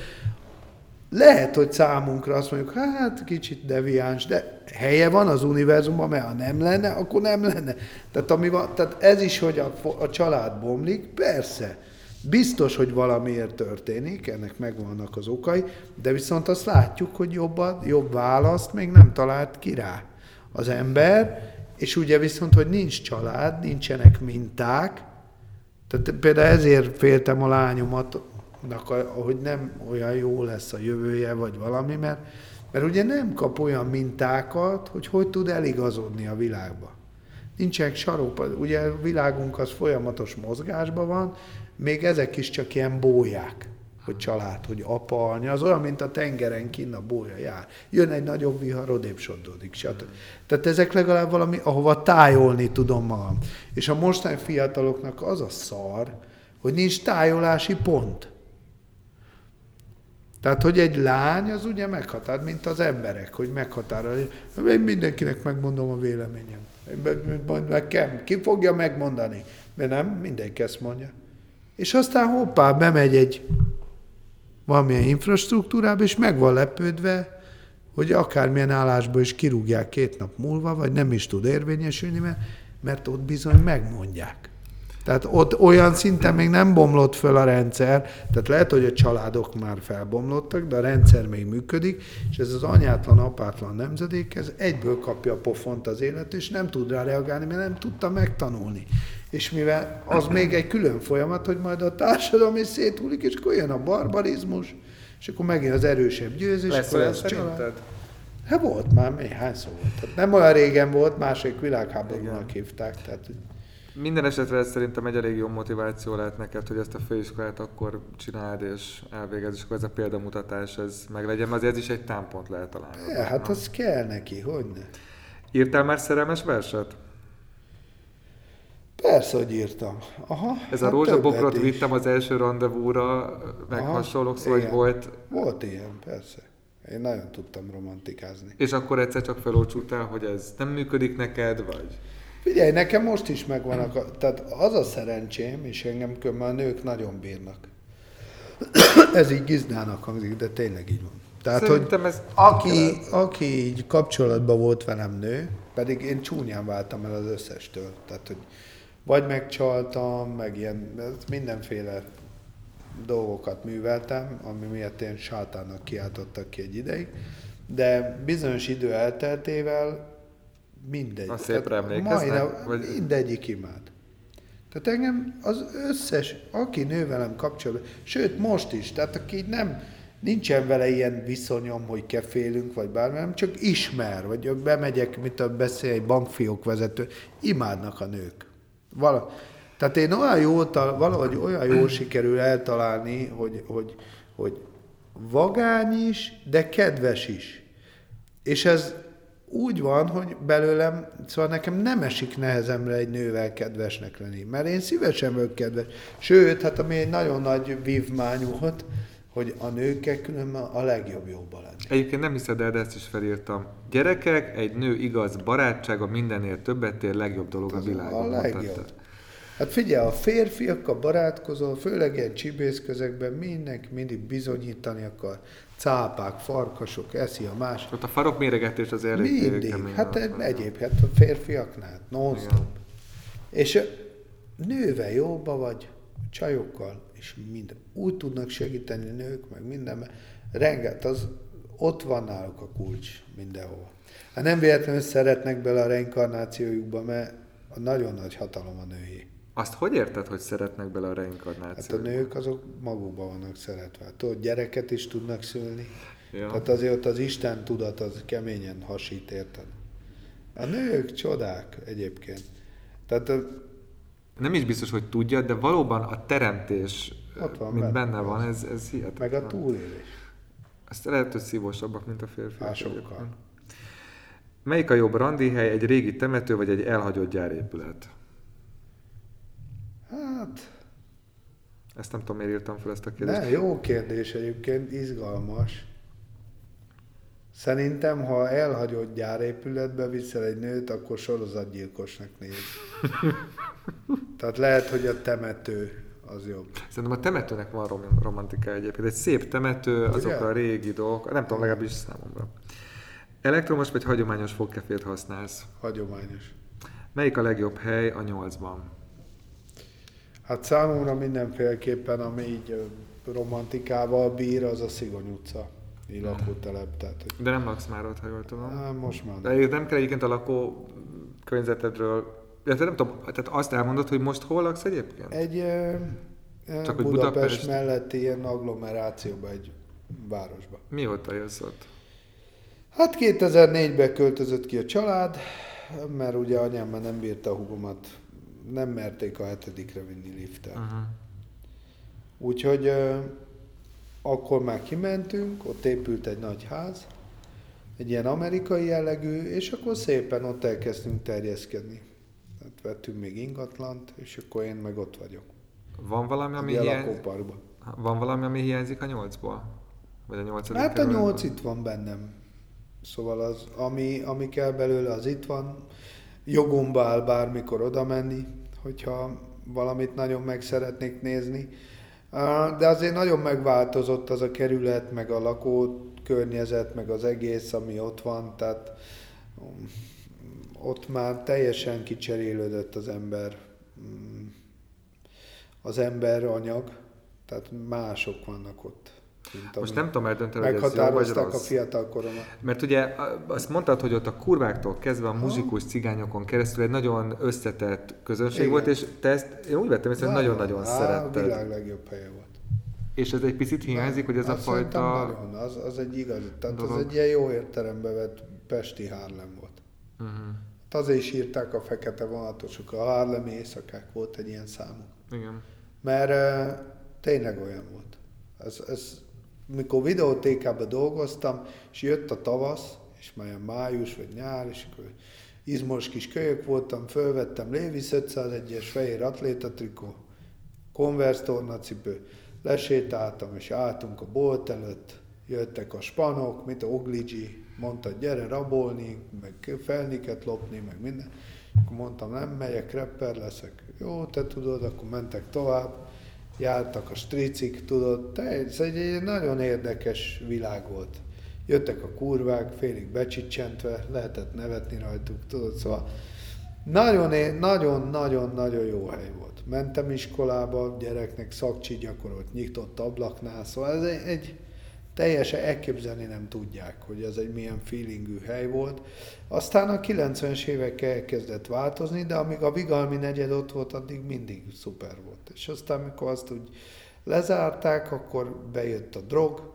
Lehet, hogy számunkra azt mondjuk, hát kicsit deviáns, de helye van az univerzumban, mert ha nem lenne, akkor nem lenne. Tehát, ami van, tehát ez is, hogy a, a család bomlik, persze, biztos, hogy valamiért történik, ennek megvannak az okai, de viszont azt látjuk, hogy jobban, jobb választ még nem talált ki rá az ember, és ugye viszont, hogy nincs család, nincsenek minták, tehát például ezért féltem a lányomat, hogy nem olyan jó lesz a jövője, vagy valami, mert, mert ugye nem kap olyan mintákat, hogy hogy tud eligazodni a világba. Nincsenek sarokba, ugye a világunk az folyamatos mozgásban van, még ezek is csak ilyen bóják, hogy család, hogy apa, anya, az olyan, mint a tengeren kinn a bója jár. Jön egy nagyobb vihar, odébb sodródik, stb. Tehát ezek legalább valami, ahova tájolni tudom magam. És a mostani fiataloknak az a szar, hogy nincs tájolási pont. Tehát, hogy egy lány az ugye meghatár, mint az emberek, hogy meghatárolja. Én mindenkinek megmondom a véleményem. Nekem, ki fogja megmondani? Mert nem, mindenki ezt mondja. És aztán hoppá, bemegy egy valamilyen infrastruktúrába, és meg van lepődve, hogy akármilyen állásból is kirúgják két nap múlva, vagy nem is tud érvényesülni, mert, mert ott bizony megmondják. Tehát ott olyan szinten még nem bomlott föl a rendszer, tehát lehet, hogy a családok már felbomlottak, de a rendszer még működik, és ez az anyátlan, apátlan nemzedék, ez egyből kapja a pofont az élet, és nem tud rá reagálni, mert nem tudta megtanulni. És mivel az még egy külön folyamat, hogy majd a társadalom is széthullik, és akkor jön a barbarizmus, és akkor megint az erősebb győzés. Lesz olyan szerinted? Hát volt már, néhányszor volt. Tehát nem olyan régen volt, második világháborúnak hívták. Tehát... Minden esetre ez szerintem egy elég jó motiváció lehet neked, hogy ezt a főiskolát akkor csináld és elvégezd, és akkor ez a példamutatás ez meglegyen, azért ez is egy támpont lehet találni. Ja, hát az kell neki, hogyne. Írtál már szerelmes verset? Persze, hogy írtam. Aha, ez hát a rózsabokrot vittem az első randevúra, meg aha, hasonlók, szóval hogy volt... Volt ilyen, persze. Én nagyon tudtam romantikázni. És akkor egyszer csak felolcsútál, hogy ez nem működik neked, vagy? Figyelj, nekem most is megvannak, a, tehát az a szerencsém, és engem a nők nagyon bírnak. Ez így giznának hangzik, de tényleg így van. Tehát, szerintem hogy ez aki, aki így kapcsolatban volt velem nő, pedig én csúnyán váltam el az összestől. Tehát, hogy vagy megcsaltam, meg ilyen mindenféle dolgokat műveltem, ami miatt én sátának kiáltottak ki egy ideig, de bizonyos idő elteltével mindegy. A szépre emlékeznek? Vagy... Mindegyik imád. Tehát engem az összes, aki nő velem kapcsolatban, sőt most is, tehát aki nem, nincsen vele ilyen viszonyom, hogy kefélünk, vagy bármi, nem csak ismer, vagy bemegyek, mint a beszél egy bankfiók vezető, imádnak a nők. Val- Tehát én olyan jól, valahogy olyan jól sikerül eltalálni, hogy, hogy, hogy vagány is, de kedves is. És ez úgy van, hogy belőlem, szóval nekem nem esik nehezemre egy nővel kedvesnek lenni, mert én szívesen vagyok kedves. Sőt, hát ami egy nagyon nagy vívmány volt, hogy a nőkkel különben a legjobb jóba lenni. Egyébként nem hiszed el, de ezt is felírtam. Gyerekek, egy nő igaz barátsága mindennél többet ér, legjobb dolog a világon. A legjobb. Hát figyelj, a férfiakkal barátkozol, főleg ilyen csibész közegben mindenki mindig bizonyítani akar. Cápák, farkasok, eszi a más. Ott a farokméregetés az elég mindig. kemény. Hát egyéb, hát a férfiaknál, non-stop. És nővel jóba vagy, csajokkal, és minden. Úgy tudnak segíteni nők, meg mindenben. Renget, az ott van náluk a kulcs mindenhol. Hát nem véletlenül szeretnek bele a reinkarnációjukba, mert a nagyon nagy hatalom a női. Azt hogy érted, hogy szeretnek bele a reinkarnációba? Hát a nők azok magukban vannak szeretve. Tudod, gyereket is tudnak szülni. Ja. Tehát azért ott az Isten tudat az keményen hasít, érted? A nők csodák egyébként. Tehát a... Nem is biztos, hogy tudja, de valóban a teremtés, van, mint benne, benne van, ez, ez hihetetlen. Meg a túlélés. Ezt lehet, hogy szívosabbak, mint a férfiak. Másokkal. Melyik a jobb randihely, egy régi temető, vagy egy elhagyott gyárépület? Hát... Ezt nem tudom, miért írtam fel ezt a kérdést. Ne, jó kérdés egyébként, izgalmas. Szerintem, ha elhagyott gyárépületbe viszel egy nőt, akkor sorozatgyilkosnak néz. Tehát lehet, hogy a temető az jobb. Szerintem a temetőnek van rom- romantika egyébként. Egy szép temető, azok a régi dolgok, nem tudom, legalábbis számomra. Elektromos vagy hagyományos fogkefét használsz? Hagyományos. Melyik a legjobb hely a nyolcban? Hát számomra mindenféleképpen, ami így romantikával bír, az a Szigony utca. Így lakótelep. Tehát, hogy... De nem laksz már ott, ha jól tudom. Há, most már. De nem kell egyébként a lakó környezetedről, de nem tudom, tehát azt elmondod, hogy most hol laksz egyébként? Egy ö, Csak Budapest, Budapest melletti ilyen agglomerációba, egy városba. Mióta jössz ott? Hát kétezer-négyben költözött ki a család, mert ugye anyám már nem bírta a húgomat, nem merték a hetedikre vinni liften. Uh-huh. Úgyhogy ö, akkor már kimentünk, ott épült egy nagy ház, egy ilyen amerikai jellegű, és akkor szépen ott elkezdtünk terjeszkedni. Hát vettünk még ingatlant, és akkor én meg ott vagyok. Van valami, ami, hiány... Van valami, ami hiányzik a nyolcból? Vagy a nyolcadik Hát a nyolc itt van bennem. Szóval az, ami, ami kell belőle, az itt van. Jogomba áll bármikor oda menni, hogyha valamit nagyon meg szeretnék nézni. De azért nagyon megváltozott az a kerület, meg a lakókörnyezet, meg az egész, ami ott van. Tehát ott már teljesen kicserélődött az ember az ember anyag, tehát mások vannak ott. Most nem tudom eldönteni, hogy ez jó vagy meghatározták rossz. a fiatal koromat. Mert ugye azt mondtad, hogy ott a kurváktól kezdve a muzsikus cigányokon keresztül egy nagyon összetett közönség Igen. volt, és te ezt én úgy vettem észre, hogy nagyon-nagyon á, szeretted. A világ legjobb helye volt. És ez egy picit hiányzik, hogy ez azt a fajta... Nagyon, az, az egy igaz, tehát dolog. Az egy ilyen jó értelembe vett pesti Harlem volt. Uh-huh. Hát azért is írták a fekete vonatosok, a Harlemi éjszakák volt egy ilyen számuk. Igen. Mert uh, tényleg olyan volt. Ez, ez, mikor videótékában dolgoztam, és jött a tavasz, és már ilyen május vagy nyár, és akkor izmos kis kölyök voltam, fölvettem Levi's ötszázegyes fehér atlétatrikó, Converse tornacipő, lesétáltam, és álltunk a bolt előtt, jöttek a spanok, mint a Ogligi, mondta, gyere rabolni, meg felniket lopni, meg minden. Akkor mondtam, nem megyek, rapper leszek. Jó, te tudod, akkor mentek tovább, jártak a stricik, tudod, te, ez egy nagyon érdekes világ volt. Jöttek a kurvák, félig becsicsentve, lehetett nevetni rajtuk, tudod, szóval nagyon-nagyon-nagyon jó hely volt. Mentem iskolába, gyereknek szakcsi gyakorolt, nyitott ablaknál, szóval ez egy, egy teljesen elképzelni nem tudják, hogy ez egy milyen feelingű hely volt. Aztán a kilencvenes évek elkezdett változni, de amíg a Vigalmi negyed ott volt, addig mindig szuper volt. És aztán, amikor azt úgy lezárták, akkor bejött a drog,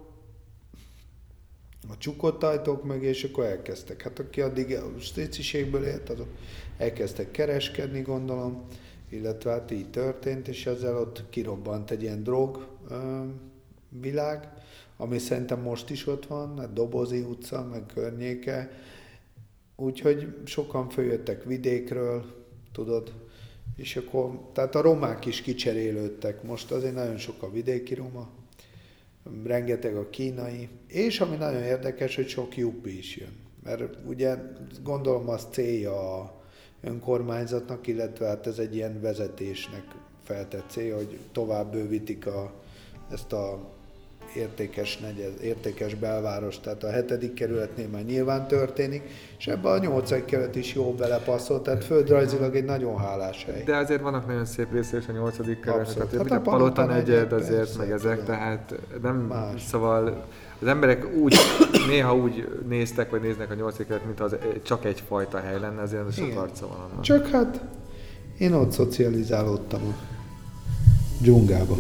a csukott ajtók meg, és akkor elkezdtek. Hát aki addig a striciségből élt, azok elkezdtek kereskedni, gondolom, illetve hát így történt, és ezzel ott kirobbant egy ilyen drog ö, világ, ami szerintem most is ott van, a Dobozi utca, meg környéke. Úgyhogy sokan följöttek vidékről, tudod, és akkor, tehát a romák is kicserélődtek. Most azért nagyon sok a vidéki roma, rengeteg a kínai, és ami nagyon érdekes, hogy sok juppi is jön. Mert ugye gondolom az célja a önkormányzatnak, illetve hát ez egy ilyen vezetésnek feltett célja, hogy tovább bővítik a, ezt a értékes, negyed, értékes belváros, tehát a hetedik kerületnél már nyilván történik, és ebben a nyolcadik kerület is jó belepasszol, tehát földrajzilag egy nagyon hálás hely. De azért vannak nagyon szép része is a nyolcadik kerületnek, tehát hát a Palota negyed azért, persze, meg ezek, tudom. Tehát nem, más. Szóval az emberek úgy, néha úgy néztek, vagy néznek a nyolcadik kerület, mint az csak egyfajta hely lenne, azért sok arca van annak. Csak hát én ott szocializálódtam a dzsungába.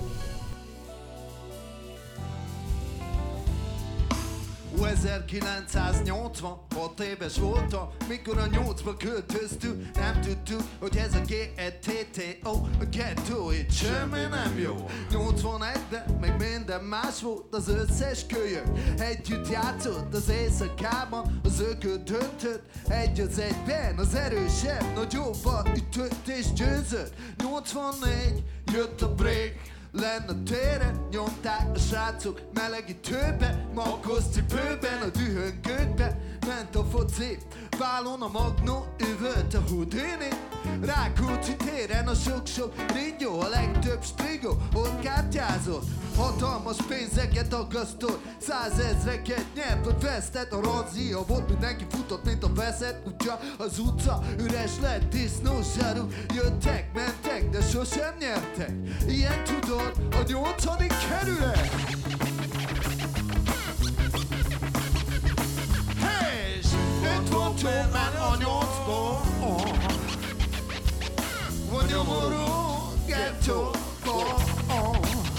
ezerkilencszáznyolcvanhat éves voltam, mikor a nyolcba költöztünk. Nem tudtuk, hogy ez a gé e té té o, a gettó, itt semmi nem jó. nyolcvanegyben meg minden más volt, az összes kölyök együtt játszott az éjszakában, az ököl döntött, egy az egyben, az erősebb nagyobban ütött és győzött. nyolcvannégy jött a break, lenn a téren, nyomták a srácok melegítőbe, maggoszcipőben, a dühöngődbe, ment a foci, pálon a Magnó, üvölt a Houdini, Rákóczi téren a sok-sok ringyó, a legtöbb strigó, ott kártyázott, hatalmas pénzeket akasztott, százezreket nyert, vagy vesztett, a razzia volt, mindenki futott, mint a veszett kutya, az utca üres lett, disznósáruk, jöttek, mentek, de sosem nyertek, ilyen tudod, a nyolcadik kerület. Hey, és itt van Csómen a nyolcból, oh. Van nyomorú gettóból, oh.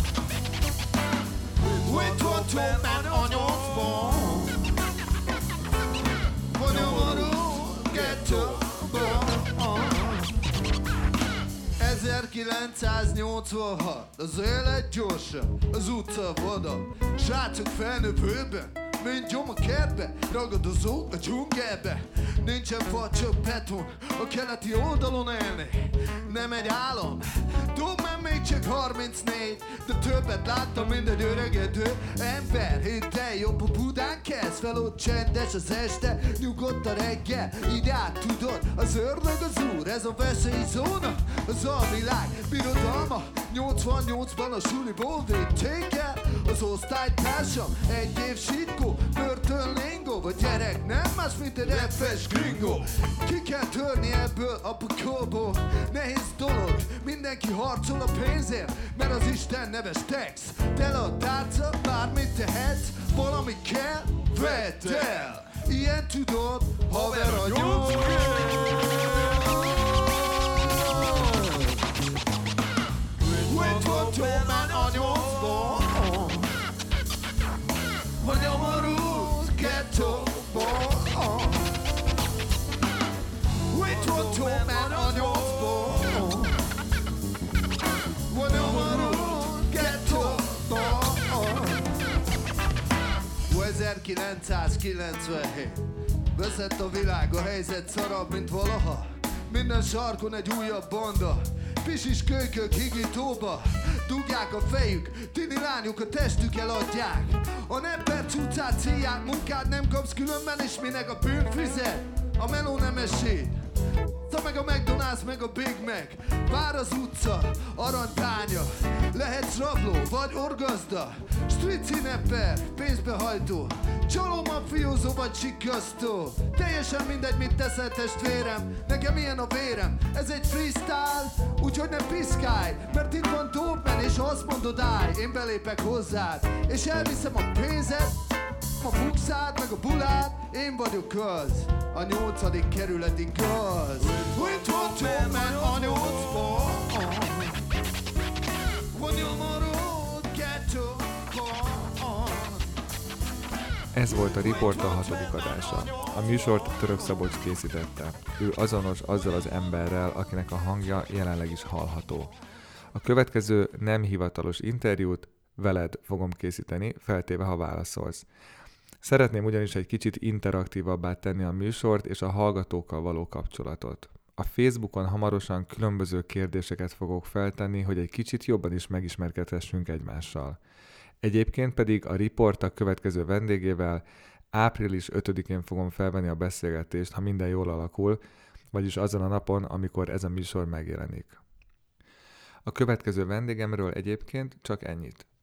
Itt van Csómen a nyolcból, van nyomorú gettóból, oh. ezerkilencszáznyolcvanhat, az élet gyorsan, az utca vadon, srácok felnövőben, mint gyom a kertbe, ragadozó a dzsungelbe. Nincsen fa, csak beton, a keleti oldalon élni nem egy álom. Tudom, még csak harmincnégy, de többet láttam, mint egy öregedő ember. Hidd el, jobb a Budán kezdve Felott csendes az este, nyugodt a reggel, így át tudod, az ördög az úr, ez a veszélyzóna, az alvilág birodalma. nyolcvannyolcban a suliból vitték el az osztálytársam, egy év sitkó, börtön lingo, vagy gyerek nem más, mint egy effes gringo. Ki kell törni ebből a pokolból, nehéz dolog, mindenki harcol a pénzért, mert az Isten neves tex. Tele a tárca, bármit tehetsz, valami kell, vedd el. Ilyen tudod, haver a nyolc. Mit voltál már a nyolcban? A nyomorult gettóban. Mit voltál már a nyolcban? A nyomorult gettóban. ezerkilencszázkilencvenhét. Veszett a világ, a helyzet szarabb, mint valaha. Minden sarkon egy újabb banda, pisis kölykök higítóba dugják a fejük, tini lányok a testük eladják. A nepper cuccát célják, munkád nem kapsz különben, és minek a bűn fizet? A meló nem esít, meg a McDonald's, meg a Big Mac. Vár az utca, aranytánya, lehetsz rabló, vagy orgazda, strici nepper, pénzbehajtó, csaló mafiózó vagy sikasztó. Teljesen mindegy, mit teszel testvérem, nekem ilyen a vérem. Ez egy freestyle, úgyhogy nem piszkálj, mert itt van Dopeman, és ha azt mondod állj, én belépek hozzád, és elviszem a pénzed, a bukszád, meg a bulád. Én vagyok az, a nyolcadik kerületi gaz. With what to man a nyolcban, a nyomorult gettóban. Ez volt a Riport a hatodik adása. A műsort Török Szabolcs készítette. Ő azonos azzal az emberrel, akinek a hangja jelenleg is hallható. A következő nem hivatalos interjút veled fogom készíteni, feltéve, ha válaszolsz. Szeretném ugyanis egy kicsit interaktívabbá tenni a műsort és a hallgatókkal való kapcsolatot. A Facebookon hamarosan különböző kérdéseket fogok feltenni, hogy egy kicsit jobban is megismerkedhessünk egymással. Egyébként pedig a Riport a következő vendégével április ötödikén fogom felvenni a beszélgetést, ha minden jól alakul, vagyis azon a napon, amikor ez a műsor megjelenik. A következő vendégemről egyébként csak ennyit.